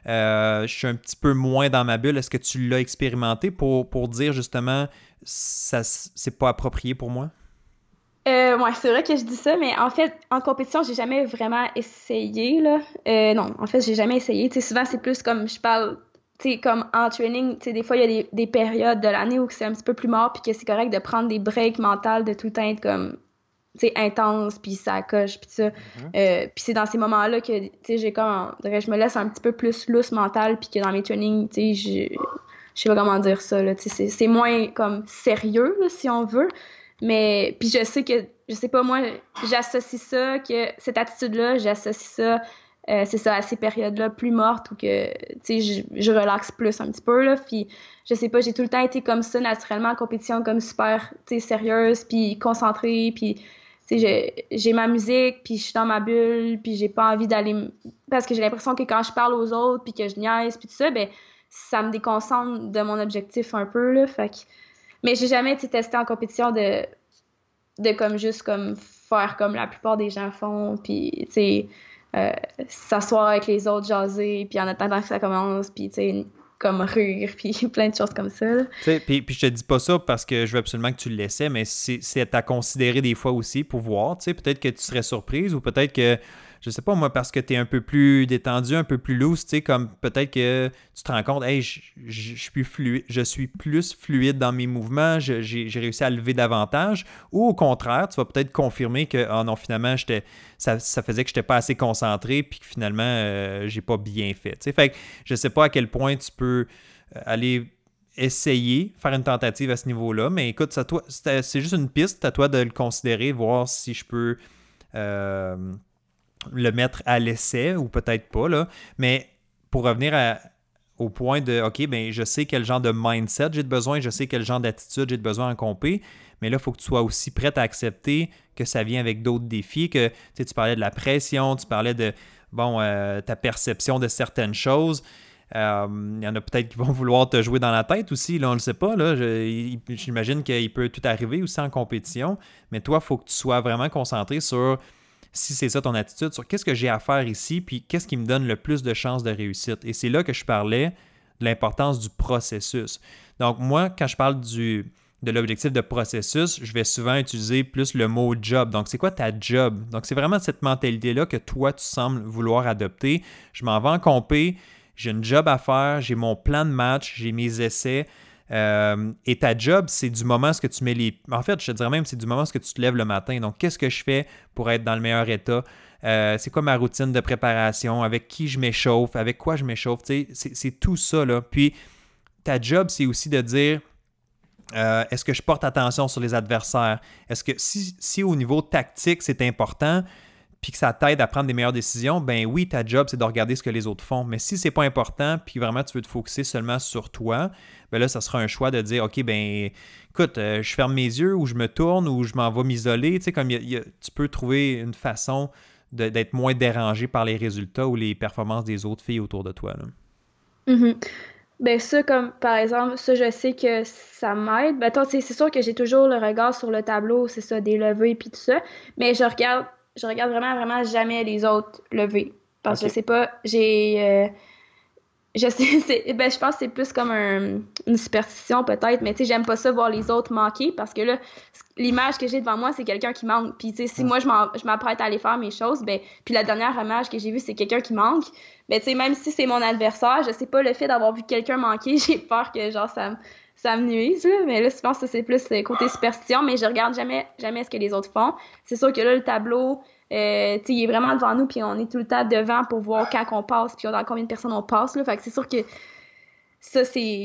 je suis un petit peu moins dans ma bulle. Est-ce que tu l'as expérimenté pour dire justement ça c'est pas approprié pour moi? Ouais, c'est vrai que je dis ça, mais en fait, en compétition, j'ai jamais vraiment essayé, là. Non, en fait, j'ai jamais essayé. Tu sais, souvent, c'est plus comme je parle, tu sais, comme en training, tu sais, des fois, il y a des périodes de l'année où c'est un petit peu plus mort, puis que c'est correct de prendre des breaks mentales, de tout le temps être comme, tu sais, intense, puis ça coche, puis ça. Puis c'est dans ces moments-là que, tu sais, j'ai comme, je me laisse un petit peu plus loose mental, puis que dans mes trainings, tu sais, je sais pas comment dire ça, là, tu sais, c'est moins comme sérieux, là, si on veut. Mais puis je sais que, je sais pas, moi, j'associe ça, que cette attitude-là, j'associe ça, c'est ça, à ces périodes-là plus mortes où que, tu sais, je relaxe plus un petit peu, là. Puis je sais pas, j'ai tout le temps été comme ça, naturellement, en compétition, comme super, tu sais, sérieuse, puis concentrée, puis, tu sais, j'ai ma musique, puis je suis dans ma bulle, puis j'ai pas envie d'aller... Parce que j'ai l'impression que quand je parle aux autres, puis que je niaise, puis tout ça, ben ça me déconcentre de mon objectif un peu, là, fait que... Mais j'ai jamais testé en compétition de comme juste comme faire comme la plupart des gens font, puis tu sais, s'asseoir avec les autres, jaser, puis en attendant que ça commence, puis tu sais, comme rire, puis plein de choses comme ça. Là. Puis je te dis pas ça parce que je veux absolument que tu le laissais, mais c'est à considérer des fois aussi pour voir. Peut-être que tu serais surprise ou peut-être que, je sais pas moi, parce que tu es un peu plus détendu, un peu plus loose, comme peut-être que tu te rends compte, hey, je suis plus fluide dans mes mouvements, j'ai réussi à lever davantage, ou au contraire, tu vas peut-être confirmer que, ah non, finalement, ça faisait que je n'étais pas assez concentré, puis que finalement, j'ai pas bien fait. Fait que je sais pas à quel point tu peux aller essayer, faire une tentative à ce niveau-là, mais écoute, c'est juste une piste, à toi de le considérer, voir si je peux le mettre à l'essai ou peut-être pas, là. Mais pour revenir au point de, OK, ben je sais quel genre de mindset j'ai de besoin, je sais quel genre d'attitude j'ai de besoin en compé, mais là, il faut que tu sois aussi prête à accepter que ça vient avec d'autres défis, que tu parlais de la pression, tu parlais de, ta perception de certaines choses. Il y en a peut-être qui vont vouloir te jouer dans la tête aussi, là, on ne le sait pas. Là. J'imagine qu'il peut tout arriver aussi en compétition, mais toi, il faut que tu sois vraiment concentré sur, si c'est ça ton attitude, sur qu'est-ce que j'ai à faire ici, puis qu'est-ce qui me donne le plus de chances de réussite. Et c'est là que je parlais de l'importance du processus. Donc moi, quand je parle de l'objectif de processus, je vais souvent utiliser plus le mot job. Donc, c'est quoi ta job? Donc, c'est vraiment cette mentalité-là que toi, tu sembles vouloir adopter. Je m'en vais en compé, j'ai une job à faire, j'ai mon plan de match, j'ai mes essais. Et ta job, c'est du moment où tu mets les... En fait, je te dirais même, c'est du moment où tu te lèves le matin. Donc, qu'est-ce que je fais pour être dans le meilleur état? C'est quoi ma routine de préparation? Avec qui je m'échauffe? Avec quoi je m'échauffe? C'est tout ça, là. Puis, ta job, c'est aussi de dire... est-ce que je porte attention sur les adversaires? Est-ce que si au niveau tactique, c'est important puis que ça t'aide à prendre des meilleures décisions, ben oui, ta job, c'est de regarder ce que les autres font. Mais si c'est pas important puis vraiment tu veux te focusser seulement sur toi, ben là, ça sera un choix de dire, OK, ben écoute, je ferme mes yeux ou je me tourne ou je m'en vais m'isoler. Tu sais, comme tu peux trouver une façon d'être moins dérangé par les résultats ou les performances des autres filles autour de toi. Là. Mm-hmm. Ben ça, comme par exemple, ça, je sais que ça m'aide. Ben toi, c'est sûr que j'ai toujours le regard sur le tableau, c'est ça, des levées puis tout ça. Mais je regarde vraiment, vraiment jamais les autres levées. Parce que OK. je sais pas, je sais, je pense que c'est plus comme une superstition peut-être, mais tu sais, j'aime pas ça voir les autres manquer parce que là, l'image que j'ai devant moi, c'est quelqu'un qui manque. Puis tu sais, si moi je m'apprête à aller faire mes choses, ben, puis la dernière image que j'ai vue, c'est quelqu'un qui manque. Ben tu sais, même si c'est mon adversaire, je sais pas, le fait d'avoir vu quelqu'un manquer, j'ai peur que genre ça me nuise, là. Mais là, je pense que c'est plus côté superstition, mais je regarde jamais ce que les autres font. C'est sûr que là, le tableau, tu sais, il est vraiment devant nous, puis on est tout le temps devant pour voir quand on passe, puis dans combien de personnes on passe, là. Fait que c'est sûr que ça,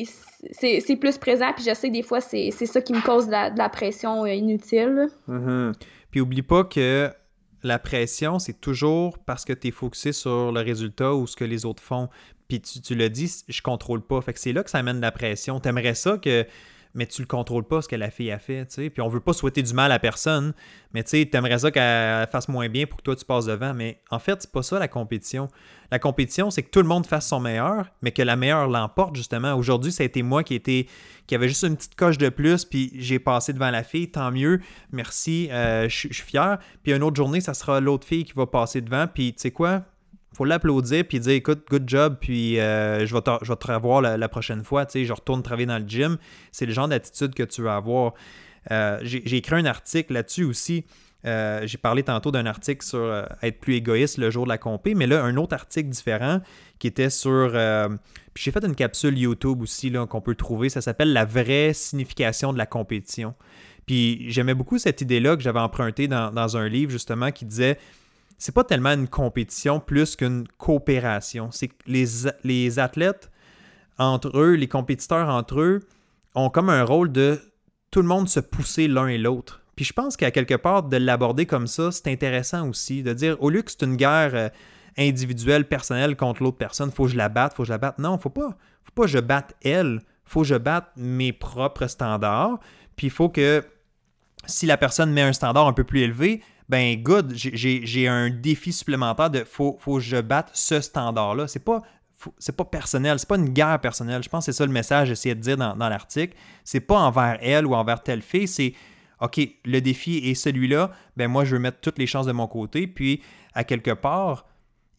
c'est plus présent, puis je sais que des fois, c'est ça qui me cause de la pression inutile. Mm-hmm. Puis oublie pas que la pression, c'est toujours parce que tu es focusé sur le résultat ou ce que les autres font. Puis tu l'as dit, je contrôle pas. Fait que c'est là que ça amène de la pression. T'aimerais ça que... Mais tu le contrôles pas, ce que la fille a fait, tu sais. Puis on veut pas souhaiter du mal à personne, mais tu sais, t'aimerais ça qu'elle fasse moins bien pour que toi, tu passes devant. Mais en fait, c'est pas ça, la compétition. La compétition, c'est que tout le monde fasse son meilleur, mais que la meilleure l'emporte, justement. Aujourd'hui, ça a été moi qui avait juste une petite coche de plus, puis j'ai passé devant la fille, tant mieux, merci, je suis fier. Puis une autre journée, ça sera l'autre fille qui va passer devant, puis tu sais quoi? Faut l'applaudir puis dire écoute, good job, puis je vais te revoir la prochaine fois, tu sais, je retourne travailler dans le gym. C'est le genre d'attitude que tu veux avoir. J'ai écrit un article là-dessus aussi. J'ai parlé tantôt d'un article sur être plus égoïste le jour de la compé, mais là, un autre article différent qui était sur... puis j'ai fait une capsule YouTube aussi là, qu'on peut trouver. Ça s'appelle « La vraie signification de la compétition ». Puis j'aimais beaucoup cette idée-là que j'avais empruntée dans un livre, justement, qui disait... C'est pas tellement une compétition plus qu'une coopération. C'est que les athlètes entre eux, les compétiteurs entre eux, ont comme un rôle de tout le monde se pousser l'un et l'autre. Puis je pense qu'à quelque part, de l'aborder comme ça, c'est intéressant aussi. De dire, au lieu que c'est une guerre individuelle, personnelle contre l'autre personne, faut que je la batte. Non, faut pas que je batte elle. Faut que je batte mes propres standards. Puis il faut que si la personne met un standard un peu plus élevé, ben good, j'ai un défi supplémentaire de faut que je batte ce standard-là. C'est pas personnel, c'est pas une guerre personnelle. Je pense que c'est ça le message que j'essayais de dire dans l'article. C'est pas envers elle ou envers telle fille, c'est OK, le défi est celui-là, ben moi je veux mettre toutes les chances de mon côté, puis à quelque part,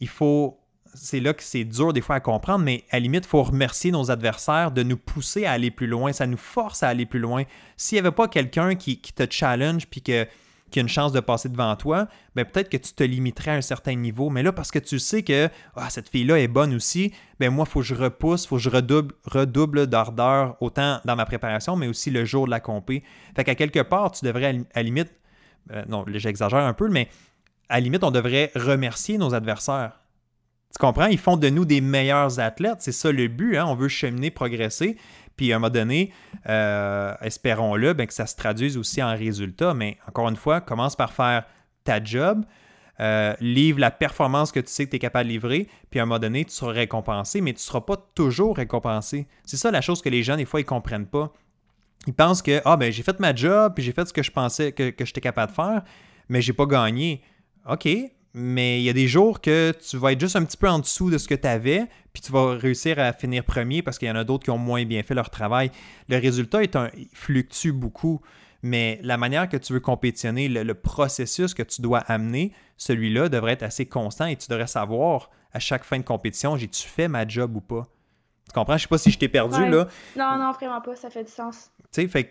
il faut... C'est là que c'est dur des fois à comprendre, mais à la limite, il faut remercier nos adversaires de nous pousser à aller plus loin. Ça nous force à aller plus loin. S'il n'y avait pas quelqu'un qui te challenge puis qui a une chance de passer devant toi, ben peut-être que tu te limiterais à un certain niveau. Mais là, parce que tu sais que cette fille-là est bonne aussi, ben moi, il faut que je repousse, il faut que je redouble d'ardeur, autant dans ma préparation, mais aussi le jour de la compé. Fait qu'à quelque part, tu devrais, à la limite, non, j'exagère un peu, mais à la limite, on devrait remercier nos adversaires. Tu comprends? Ils font de nous des meilleurs athlètes. C'est ça le but. Hein? On veut cheminer, progresser. Puis à un moment donné, espérons-le, que ça se traduise aussi en résultat. Mais encore une fois, commence par faire ta job. Livre la performance que tu sais que tu es capable de livrer. Puis à un moment donné, tu seras récompensé, mais tu ne seras pas toujours récompensé. C'est ça la chose que les gens, des fois, ils ne comprennent pas. Ils pensent que j'ai fait ma job, puis j'ai fait ce que je pensais que j'étais capable de faire, mais j'ai pas gagné. OK. Mais il y a des jours que tu vas être juste un petit peu en dessous de ce que tu avais, puis tu vas réussir à finir premier parce qu'il y en a d'autres qui ont moins bien fait leur travail. Le résultat il fluctue beaucoup, mais la manière que tu veux compétitionner, le processus que tu dois amener, celui-là devrait être assez constant et tu devrais savoir à chaque fin de compétition, j'ai-tu fait ma job ou pas? Tu comprends? Je sais pas si je t'ai perdu, là. Non, vraiment pas, ça fait du sens. Tu sais, fait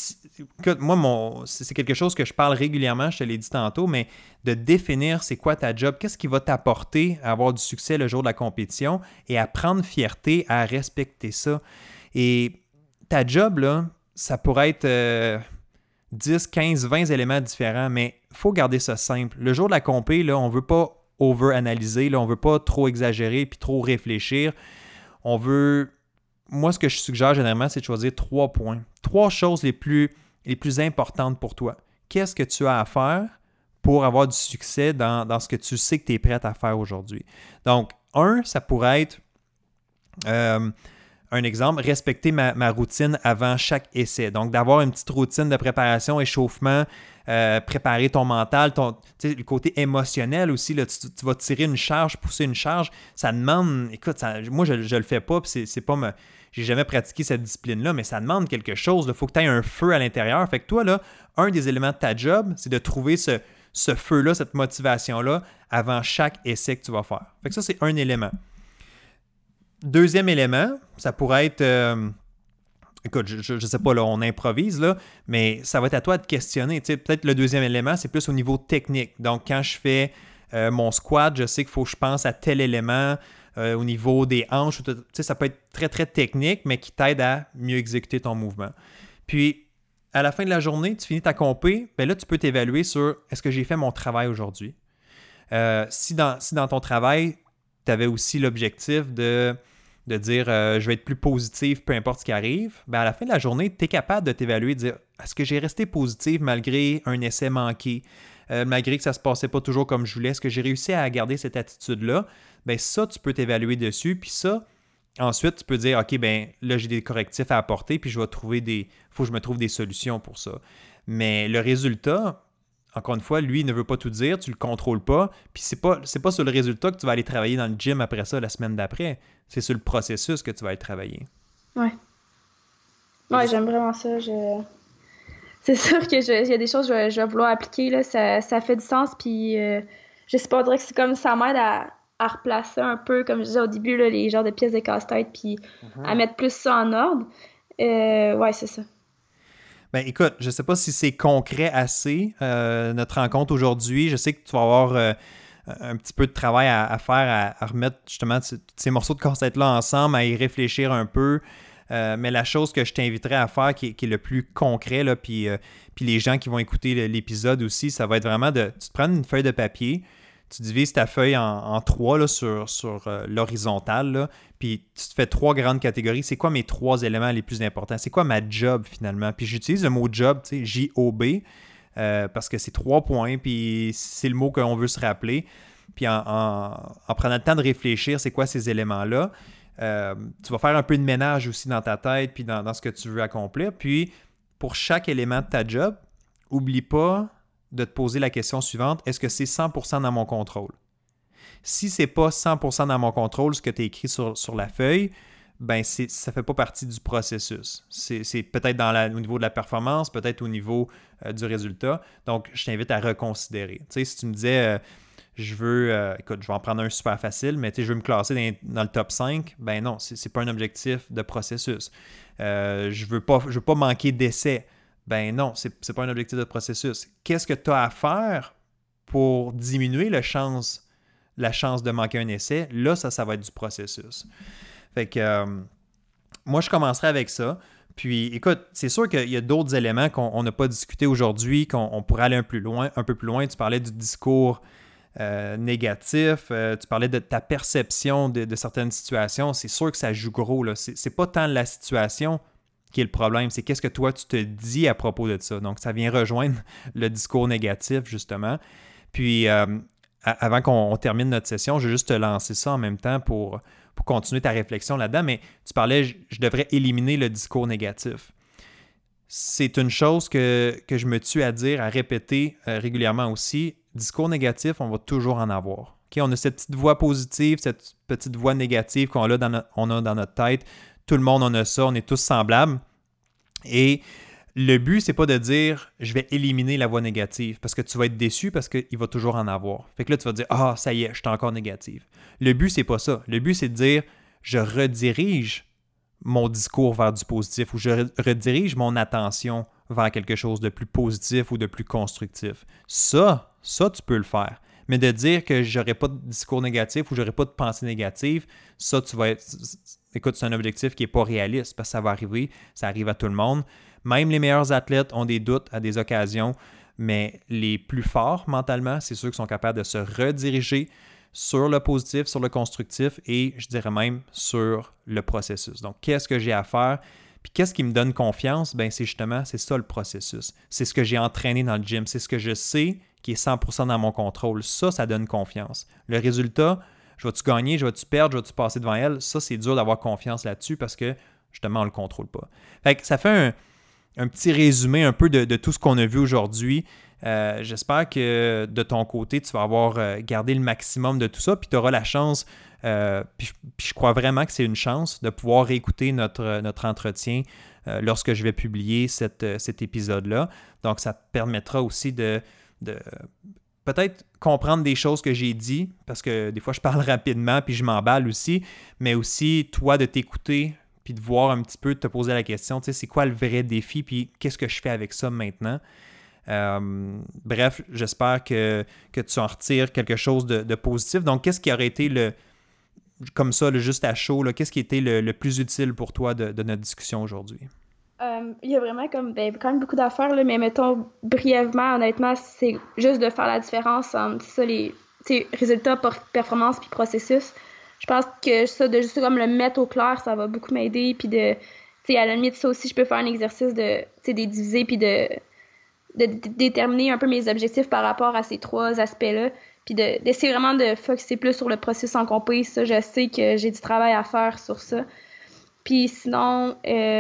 que moi, c'est quelque chose que je parle régulièrement, je te l'ai dit tantôt, mais de définir c'est quoi ta job, qu'est-ce qui va t'apporter à avoir du succès le jour de la compétition et à prendre fierté, à respecter ça. Et ta job, là, ça pourrait être 10, 15, 20 éléments différents, mais il faut garder ça simple. Le jour de la compé, là, on ne veut pas over-analyser, là, on ne veut pas trop exagérer puis trop réfléchir. On veut... Moi, ce que je suggère généralement, c'est de choisir 3 points. 3 choses les plus importantes pour toi. Qu'est-ce que tu as à faire pour avoir du succès dans ce que tu sais que tu es prête à faire aujourd'hui? Donc, ça pourrait être, un exemple, respecter ma routine avant chaque essai. Donc, d'avoir une petite routine de préparation, échauffement, préparer ton mental, le côté émotionnel aussi. Là, tu vas tirer une charge, pousser une charge. Ça demande... Écoute, moi, je le fais pas, puis c'est pas... J'ai jamais pratiqué cette discipline-là, mais ça demande quelque chose. Il faut que tu aies un feu à l'intérieur. Fait que toi, là, un des éléments de ta job, c'est de trouver ce feu-là, cette motivation-là, avant chaque essai que tu vas faire. Fait que ça, c'est un élément. Deuxième élément, ça pourrait être... écoute, je sais pas, là, on improvise, là, mais ça va être à toi de questionner. Tu sais, peut-être le deuxième élément, c'est plus au niveau technique. Donc, quand je fais mon squat, je sais qu'il faut que je pense à tel élément au niveau des hanches. Tu sais, ça peut être très, très technique, mais qui t'aide à mieux exécuter ton mouvement. Puis, à la fin de la journée, tu finis ta compé, bien là, tu peux t'évaluer sur est-ce que j'ai fait mon travail aujourd'hui? Si dans ton travail, tu avais aussi l'objectif de dire je vais être plus positif peu importe ce qui arrive, bien à la fin de la journée, tu es capable de t'évaluer, de dire est-ce que j'ai resté positif malgré un essai manqué, malgré que ça ne se passait pas toujours comme je voulais, est-ce que j'ai réussi à garder cette attitude-là? Bien ça, tu peux t'évaluer dessus, puis ça, ensuite, tu peux dire OK, bien là, j'ai des correctifs à apporter, puis je vais trouver faut que je me trouve des solutions pour ça. Mais le résultat, encore une fois, lui, il ne veut pas tout dire, tu ne le contrôles pas, puis c'est pas sur le résultat que tu vas aller travailler dans le gym après ça, la semaine d'après. C'est sur le processus que tu vas aller travailler. Ouais. Ouais, j'aime vraiment ça. C'est sûr que il y a des choses que je vais vouloir appliquer, là, ça fait du sens, puis je sais pas, on dirait que c'est comme ça m'aide à replacer un peu, comme je disais au début, là, les genres de pièces de casse-tête, puis à mettre plus ça en ordre. Ouais, c'est ça. Ben écoute, je sais pas si c'est concret assez, notre rencontre aujourd'hui. Je sais que tu vas avoir un petit peu de travail à faire, à remettre justement tous ces morceaux de casse-tête-là ensemble, à y réfléchir un peu. Mais la chose que je t'inviterais à faire, qui est le plus concret, là, puis les gens qui vont écouter l'épisode aussi, ça va être vraiment tu te prends une feuille de papier, tu divises ta feuille en 3 là, sur l'horizontale, là, puis tu te fais 3 grandes catégories. C'est quoi mes 3 éléments les plus importants? C'est quoi ma job finalement? Puis j'utilise le mot job, tu sais, J-O-B, parce que c'est 3 points, puis c'est le mot qu'on veut se rappeler. Puis en prenant le temps de réfléchir, c'est quoi ces éléments-là? Tu vas faire un peu de ménage aussi dans ta tête, puis dans ce que tu veux accomplir. Puis pour chaque élément de ta job, oublie pas de te poser la question suivante, est-ce que c'est 100% dans mon contrôle? Si c'est pas 100% dans mon contrôle, ce que tu as écrit sur la feuille, ben ça fait pas partie du processus. C'est peut-être au niveau de la performance, peut-être au niveau du résultat. Donc, je t'invite à reconsidérer. Tu sais, si tu me disais, écoute, je vais en prendre un super facile, mais je veux me classer dans le top 5. Ben non, c'est pas un objectif de processus. Je veux pas manquer d'essais. Ben non, c'est pas un objectif de processus. Qu'est-ce que tu as à faire pour diminuer la chance de manquer un essai? Là, ça va être du processus. Fait que moi, je commencerai avec ça. Puis, écoute, c'est sûr qu'il y a d'autres éléments qu'on n'a pas discuté aujourd'hui, qu'on pourrait aller un peu plus loin. Tu parlais du discours négatif, tu parlais de ta perception de certaines situations. C'est sûr que ça joue gros, là. C'est pas tant la situation qui est le problème, c'est qu'est-ce que toi, tu te dis à propos de ça. Donc, ça vient rejoindre le discours négatif, justement. Puis, avant qu'on termine notre session, je vais juste te lancer ça en même temps pour continuer ta réflexion là-dedans, mais tu parlais, je devrais éliminer le discours négatif. C'est une chose que je me tue à dire, à répéter régulièrement aussi. Discours négatif, on va toujours en avoir. Okay? On a cette petite voix positive, cette petite voix négative qu'on a dans notre tête. Tout le monde en a ça, on est tous semblables. Et le but, c'est pas de dire « je vais éliminer la voix négative » parce que tu vas être déçu parce qu'il va toujours en avoir. Fait que là, tu vas te dire « ah, ça y est, je suis encore négative ». Le but, c'est pas ça. Le but, c'est de dire « je redirige mon discours vers du positif » ou « je redirige mon attention vers quelque chose de plus positif ou de plus constructif ». Ça, tu peux le faire. Mais de dire que j'aurai pas de discours négatif ou j'aurai pas de pensée négative, ça, tu vas être... Écoute, c'est un objectif qui n'est pas réaliste parce que ça va arriver, ça arrive à tout le monde. Même les meilleurs athlètes ont des doutes à des occasions, mais les plus forts mentalement, c'est ceux qui sont capables de se rediriger sur le positif, sur le constructif et je dirais même sur le processus. Donc, qu'est-ce que j'ai à faire? Puis qu'est-ce qui me donne confiance? Ben, c'est ça le processus. C'est ce que j'ai entraîné dans le gym. C'est ce que je sais qui est 100% dans mon contrôle. Ça donne confiance. Le résultat, je vais-tu gagner, je vais-tu perdre, je vais-tu passer devant elle? Ça, c'est dur d'avoir confiance là-dessus parce que, justement, on ne le contrôle pas. Fait que ça fait un petit résumé un peu de tout ce qu'on a vu aujourd'hui. J'espère que de ton côté, tu vas avoir gardé le maximum de tout ça, puis tu auras la chance, puis je crois vraiment que c'est une chance de pouvoir réécouter notre entretien lorsque je vais publier cet épisode-là. Donc, ça te permettra aussi de peut-être comprendre des choses que j'ai dit, parce que des fois, je parle rapidement, puis je m'emballe aussi, mais aussi, toi, de t'écouter, puis de voir un petit peu, de te poser la question, tu sais, c'est quoi le vrai défi, puis qu'est-ce que je fais avec ça maintenant? Bref, j'espère que tu en retires quelque chose de positif. Donc, qu'est-ce qui aurait été comme ça, juste à chaud, là, qu'est-ce qui était le plus utile pour toi de notre discussion aujourd'hui? Il y a vraiment quand même beaucoup d'affaires, là, mais mettons brièvement, honnêtement, c'est juste de faire la différence entre ça, les résultats, performance puis processus. Je pense que ça, de juste comme le mettre au clair, ça va beaucoup m'aider. Puis à la limite, ça aussi, je peux faire un exercice de diviser puis de déterminer un peu mes objectifs par rapport à ces trois aspects-là. Puis d'essayer vraiment de focusser plus sur le processus en compé. Ça, je sais que j'ai du travail à faire sur ça. Puis sinon,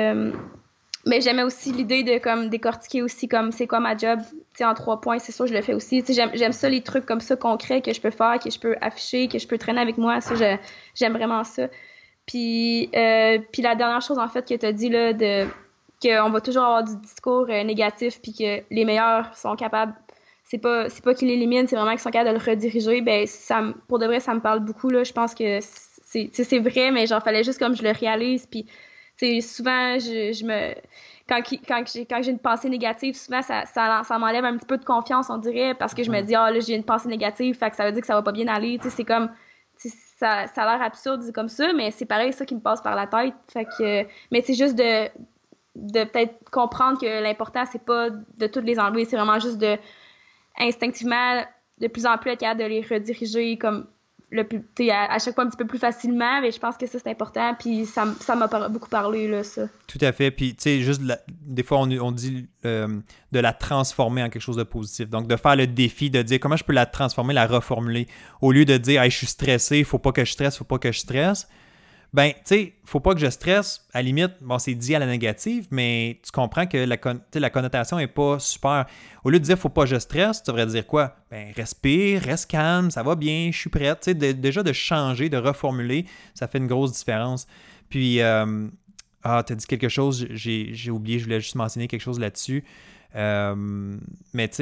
mais j'aimais aussi l'idée de comme décortiquer aussi comme c'est quoi ma job, en 3 points, c'est sûr je le fais aussi. J'aime ça les trucs comme ça concrets que je peux faire, que je peux afficher, que je peux traîner avec moi, ça j'aime vraiment ça. Puis la dernière chose en fait que tu as dit là qu'on va toujours avoir du discours négatif puis que les meilleurs sont capables, c'est pas qu'ils l'éliminent, c'est vraiment qu'ils sont capables de le rediriger. Ben pour de vrai ça me parle beaucoup là, je pense que c'est vrai, mais genre fallait juste comme je le réalise. Puis souvent, quand j'ai une pensée négative, souvent, ça m'enlève un petit peu de confiance, on dirait, parce que je me dis, là, j'ai une pensée négative, fait que ça veut dire que ça va pas bien aller. C'est comme, ça a l'air absurde, c'est comme ça, mais c'est pareil, ça qui me passe par la tête. Fait que, mais c'est juste de peut-être comprendre que l'important, c'est pas de toutes les enlever, c'est vraiment juste de, instinctivement, de plus en plus être capable de les rediriger comme à chaque fois un petit peu plus facilement, mais je pense que ça c'est important, puis ça m'a beaucoup parlé là, ça. Tout à fait, puis tu sais, juste des fois on dit de la transformer en quelque chose de positif, donc de faire le défi de dire comment je peux la transformer, la reformuler, au lieu de dire hey, je suis stressé, faut pas que je stresse, ben tu sais, faut pas que je stresse, à la limite, bon c'est dit à la négative, mais tu comprends que la connotation est pas super. Au lieu de dire faut pas que je stresse, tu devrais dire quoi? Ben respire, reste calme, ça va bien, je suis prête. Tu sais, déjà de changer, de reformuler, ça fait une grosse différence. Puis, tu as dit quelque chose, j'ai oublié, je voulais juste mentionner quelque chose là-dessus. Mais tu sais,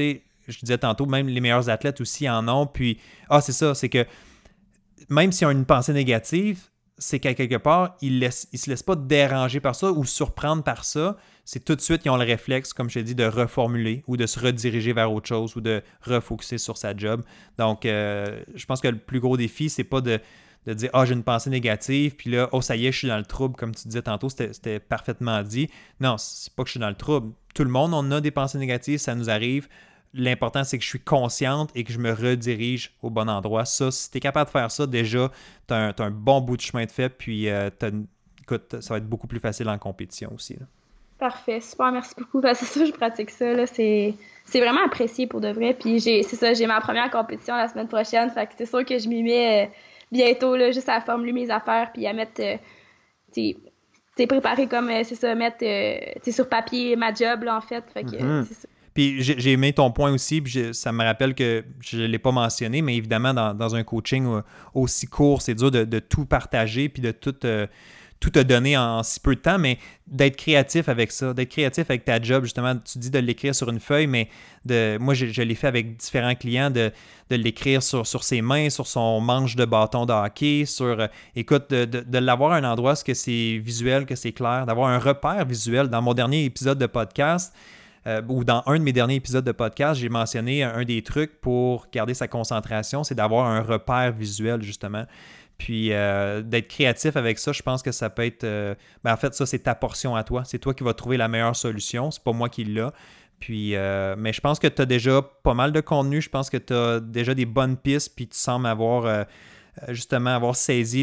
je disais tantôt, même les meilleurs athlètes aussi en ont. Puis, c'est ça, c'est que même s'ils ont une pensée négative, c'est qu'à quelque part, ils ne se laissent pas déranger par ça ou surprendre par ça. C'est tout de suite qu'ils ont le réflexe, comme je t'ai dit, de reformuler ou de se rediriger vers autre chose ou de refocuser sur sa job. Donc, je pense que le plus gros défi, c'est pas de dire « Ah, j'ai une pensée négative, puis là, oh, ça y est, je suis dans le trouble », comme tu disais tantôt, c'était parfaitement dit. Non, c'est pas que je suis dans le trouble. Tout le monde, on a des pensées négatives, ça nous arrive. L'important, c'est que je suis consciente et que je me redirige au bon endroit. Ça, si tu es capable de faire ça, déjà, tu as un bon bout de chemin de fait, puis écoute, ça va être beaucoup plus facile en compétition aussi, là. Parfait, super, merci beaucoup. C'est ça, je pratique ça, là. C'est vraiment apprécié pour de vrai. Puis c'est ça, j'ai ma première compétition la semaine prochaine. Fait que c'est sûr que je m'y mets bientôt, là, juste à formuler mes affaires, puis à mettre, préparer comme, c'est ça, mettre sur papier ma job, là, en fait. Fait que c'est ça. Puis j'ai aimé ton point aussi, puis ça me rappelle que je ne l'ai pas mentionné, mais évidemment, dans un coaching aussi court, c'est dur de tout partager, puis de tout te donner en si peu de temps, mais d'être créatif avec ça, d'être créatif avec ta job, justement, tu dis de l'écrire sur une feuille, mais moi, je l'ai fait avec différents clients, de l'écrire sur ses mains, sur son manche de bâton de hockey, écoute, de l'avoir à un endroit où c'est visuel, que c'est clair, d'avoir un repère visuel. Dans mon dernier épisode de podcast, ou dans un de mes derniers épisodes de podcast, j'ai mentionné un des trucs pour garder sa concentration, c'est d'avoir un repère visuel, justement. Puis d'être créatif avec ça, je pense que ça peut être... en fait, ça, c'est ta portion à toi. C'est toi qui vas trouver la meilleure solution. C'est pas moi qui l'ai. Puis, mais je pense que tu as déjà pas mal de contenu. Je pense que tu as déjà des bonnes pistes. Puis tu sembles avoir saisi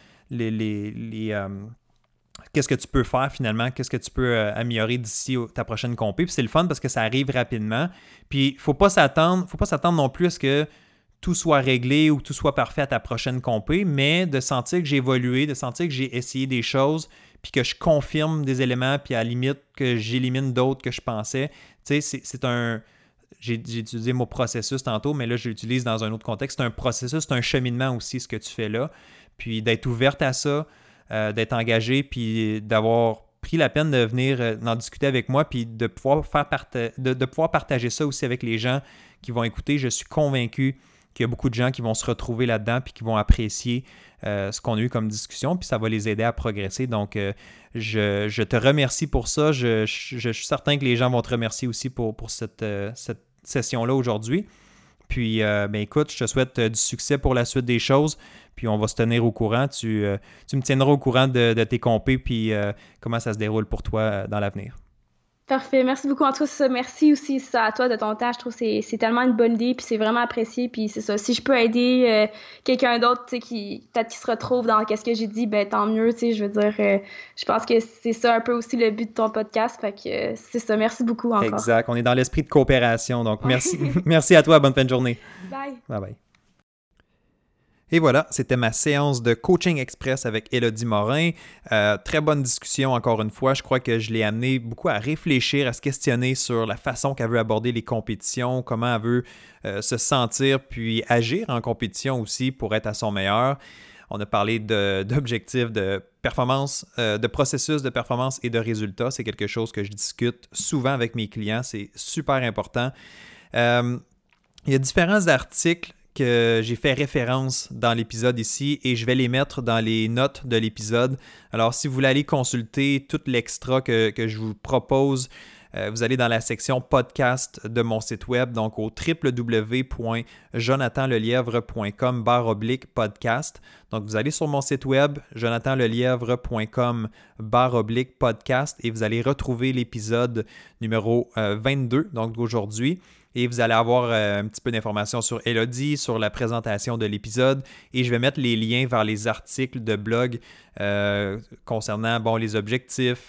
qu'est-ce que tu peux faire finalement, qu'est-ce que tu peux améliorer d'ici ta prochaine compé. Puis c'est le fun parce que ça arrive rapidement. Puis il ne faut pas s'attendre non plus à ce que tout soit réglé ou tout soit parfait à ta prochaine compé, mais de sentir que j'ai évolué, de sentir que j'ai essayé des choses, puis que je confirme des éléments, puis à la limite que j'élimine d'autres que je pensais. Tu sais, c'est un... J'ai utilisé le mot processus tantôt, mais là, je l'utilise dans un autre contexte. C'est un processus, c'est un cheminement aussi, ce que tu fais là. Puis d'être ouverte à ça, d'être engagé, puis d'avoir pris la peine de venir en discuter avec moi, puis de pouvoir de pouvoir partager ça aussi avec les gens qui vont écouter. Je suis convaincu qu'il y a beaucoup de gens qui vont se retrouver là-dedans puis qui vont apprécier ce qu'on a eu comme discussion, puis ça va les aider à progresser. Donc, je te remercie pour ça. Je suis certain que les gens vont te remercier aussi pour cette session-là aujourd'hui. Puis, écoute, je te souhaite du succès pour la suite des choses, puis on va se tenir au courant. Tu me tiendras au courant de tes compés, puis comment ça se déroule pour toi dans l'avenir. Parfait. Merci beaucoup. En tout cas, merci aussi à toi de ton temps. Je trouve que c'est tellement une bonne idée, puis c'est vraiment apprécié. Puis c'est ça. Si je peux aider quelqu'un d'autre, tu sais, qui peut-être qui se retrouve dans qu'est-ce que j'ai dit, ben tant mieux. Tu sais, je veux dire, je pense que c'est ça un peu aussi le but de ton podcast. Fait que c'est ça. Merci beaucoup encore. Exact. On est dans l'esprit de coopération. Donc merci, merci à toi. Bonne fin de journée. Bye. Bye bye. Et voilà, c'était ma séance de coaching express avec Élodie Morin. Très bonne discussion encore une fois. Je crois que je l'ai amené beaucoup à réfléchir, à se questionner sur la façon qu'elle veut aborder les compétitions, comment elle veut se sentir, puis agir en compétition aussi pour être à son meilleur. On a parlé d'objectifs de performance, de processus de performance et de résultats. C'est quelque chose que je discute souvent avec mes clients. C'est super important. Il y a différents articles que j'ai fait référence dans l'épisode ici et je vais les mettre dans les notes de l'épisode. Alors, si vous voulez aller consulter tout l'extra que je vous propose, vous allez dans la section podcast de mon site web, donc au www.jonathanlelièvre.com/podcast. Donc, vous allez sur mon site web, jonathanlelièvre.com/podcast et vous allez retrouver l'épisode numéro 22, donc d'aujourd'hui. Et vous allez avoir un petit peu d'informations sur Élodie, sur la présentation de l'épisode. Et je vais mettre les liens vers les articles de blog concernant les objectifs,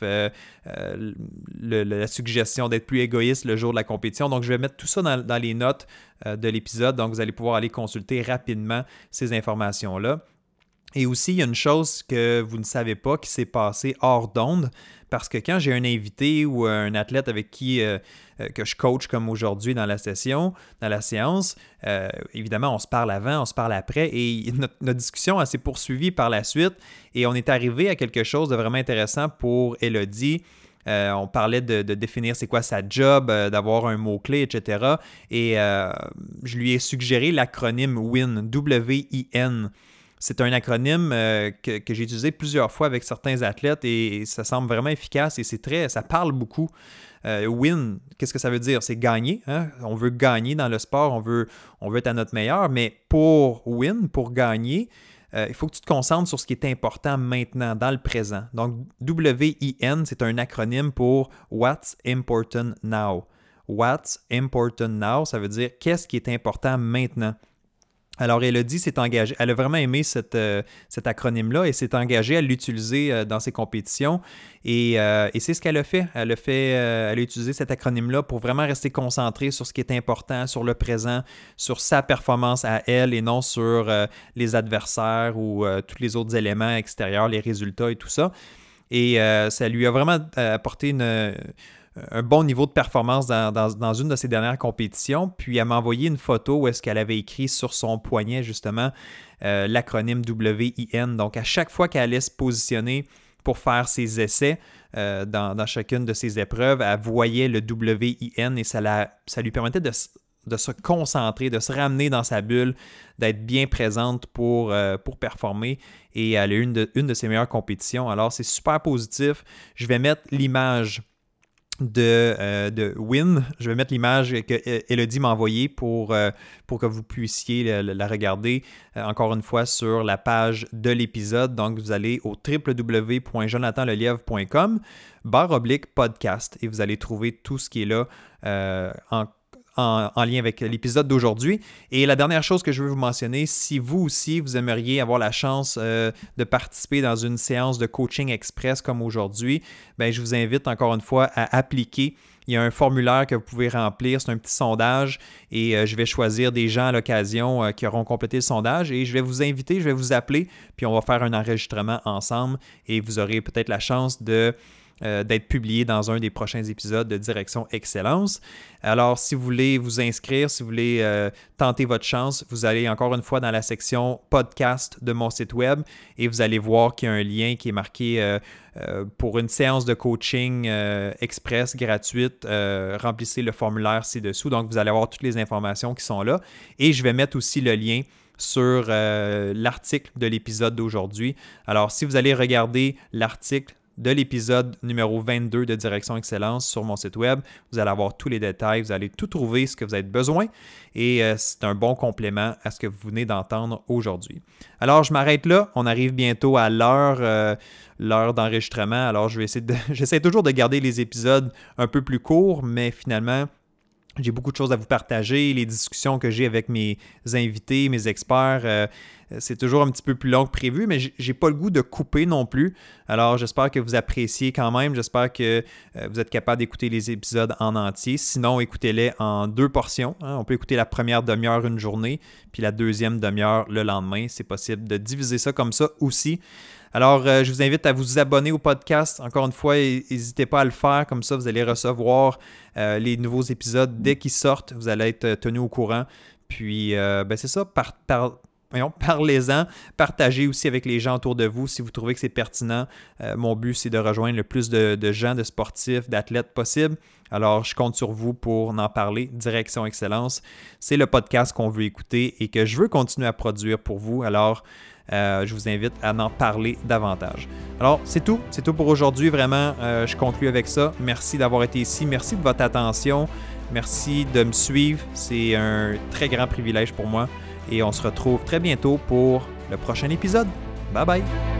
la suggestion d'être plus égoïste le jour de la compétition. Donc, je vais mettre tout ça dans les notes de l'épisode. Donc, vous allez pouvoir aller consulter rapidement ces informations-là. Et aussi, il y a une chose que vous ne savez pas qui s'est passée hors d'onde, parce que quand j'ai un invité ou un athlète avec qui que je coach comme aujourd'hui dans la séance, évidemment, on se parle avant, on se parle après, et notre discussion elle s'est poursuivie par la suite, et on est arrivé à quelque chose de vraiment intéressant pour Élodie. On parlait de définir c'est quoi sa job, d'avoir un mot-clé, etc. Et je lui ai suggéré l'acronyme WIN, W-I-N. C'est un acronyme que j'ai utilisé plusieurs fois avec certains athlètes et ça semble vraiment efficace et ça parle beaucoup. Win, qu'est-ce que ça veut dire? C'est gagner. Hein? On veut gagner dans le sport, on veut être à notre meilleur, mais pour win, pour gagner, il faut que tu te concentres sur ce qui est important maintenant, dans le présent. Donc, WIN, c'est un acronyme pour What's Important Now. What's Important Now, ça veut dire qu'est-ce qui est important maintenant. Alors, Élodie s'est engagée, elle a vraiment aimé cet acronyme-là et s'est engagée à l'utiliser dans ses compétitions et c'est ce qu'elle a fait. Elle a utilisé cet acronyme-là pour vraiment rester concentrée sur ce qui est important, sur le présent, sur sa performance à elle et non sur les adversaires ou tous les autres éléments extérieurs, les résultats et tout ça. Et ça lui a vraiment apporté un bon niveau de performance dans une de ses dernières compétitions. Puis elle m'a envoyé une photo où est-ce qu'elle avait écrit sur son poignet justement l'acronyme WIN. Donc à chaque fois qu'elle allait se positionner pour faire ses essais dans chacune de ses épreuves, elle voyait le WIN et ça lui permettait de se concentrer, de se ramener dans sa bulle, d'être bien présente pour performer. Et elle a eu une de ses meilleures compétitions. Alors c'est super positif. Je vais mettre l'image de Win. Je vais mettre l'image que Élodie m'a envoyée pour que vous puissiez la regarder encore une fois sur la page de l'épisode. Donc, vous allez au www.jonathanlelièvre.com/podcast et vous allez trouver tout ce qui est là en lien avec l'épisode d'aujourd'hui. Et la dernière chose que je veux vous mentionner, si vous aussi, vous aimeriez avoir la chance de participer dans une séance de coaching express comme aujourd'hui, bien, je vous invite encore une fois à appliquer. Il y a un formulaire que vous pouvez remplir, c'est un petit sondage et je vais choisir des gens à l'occasion qui auront complété le sondage et je vais vous inviter, je vais vous appeler, puis on va faire un enregistrement ensemble et vous aurez peut-être la chance d'être publié dans un des prochains épisodes de Direction Excellence. Alors, si vous voulez vous inscrire, si vous voulez tenter votre chance, vous allez encore une fois dans la section podcast de mon site web et vous allez voir qu'il y a un lien qui est marqué pour une séance de coaching express gratuite. Remplissez le formulaire ci-dessous. Donc, vous allez avoir toutes les informations qui sont là. Et je vais mettre aussi le lien sur l'article de l'épisode d'aujourd'hui. Alors, si vous allez regarder l'article de l'épisode numéro 22 de Direction Excellence sur mon site web. Vous allez avoir tous les détails, vous allez tout trouver ce que vous avez besoin et c'est un bon complément à ce que vous venez d'entendre aujourd'hui. Alors, je m'arrête là. On arrive bientôt à l'heure d'enregistrement. Alors, j'essaie toujours de garder les épisodes un peu plus courts, mais finalement, j'ai beaucoup de choses à vous partager. Les discussions que j'ai avec mes invités, mes experts, c'est toujours un petit peu plus long que prévu, mais j'ai pas le goût de couper non plus. Alors, j'espère que vous appréciez quand même. J'espère que vous êtes capable d'écouter les épisodes en entier. Sinon, écoutez-les en 2 portions. Hein. On peut écouter la première demi-heure une journée, puis la deuxième demi-heure le lendemain. C'est possible de diviser ça comme ça aussi. Alors, je vous invite à vous abonner au podcast. Encore une fois, n'hésitez pas à le faire. Comme ça, vous allez recevoir les nouveaux épisodes dès qu'ils sortent. Vous allez être tenu au courant. Puis, c'est ça. Parlez-en. Partagez aussi avec les gens autour de vous si vous trouvez que c'est pertinent. Mon but, c'est de rejoindre le plus de gens, de sportifs, d'athlètes possible. Alors, je compte sur vous pour en parler. Direction Excellence, c'est le podcast qu'on veut écouter et que je veux continuer à produire pour vous. Alors, je vous invite à en parler davantage. Alors, c'est tout pour aujourd'hui. Vraiment, je conclue avec ça. Merci d'avoir été ici. Merci de votre attention. Merci de me suivre. C'est un très grand privilège pour moi. Et on se retrouve très bientôt pour le prochain épisode. Bye bye!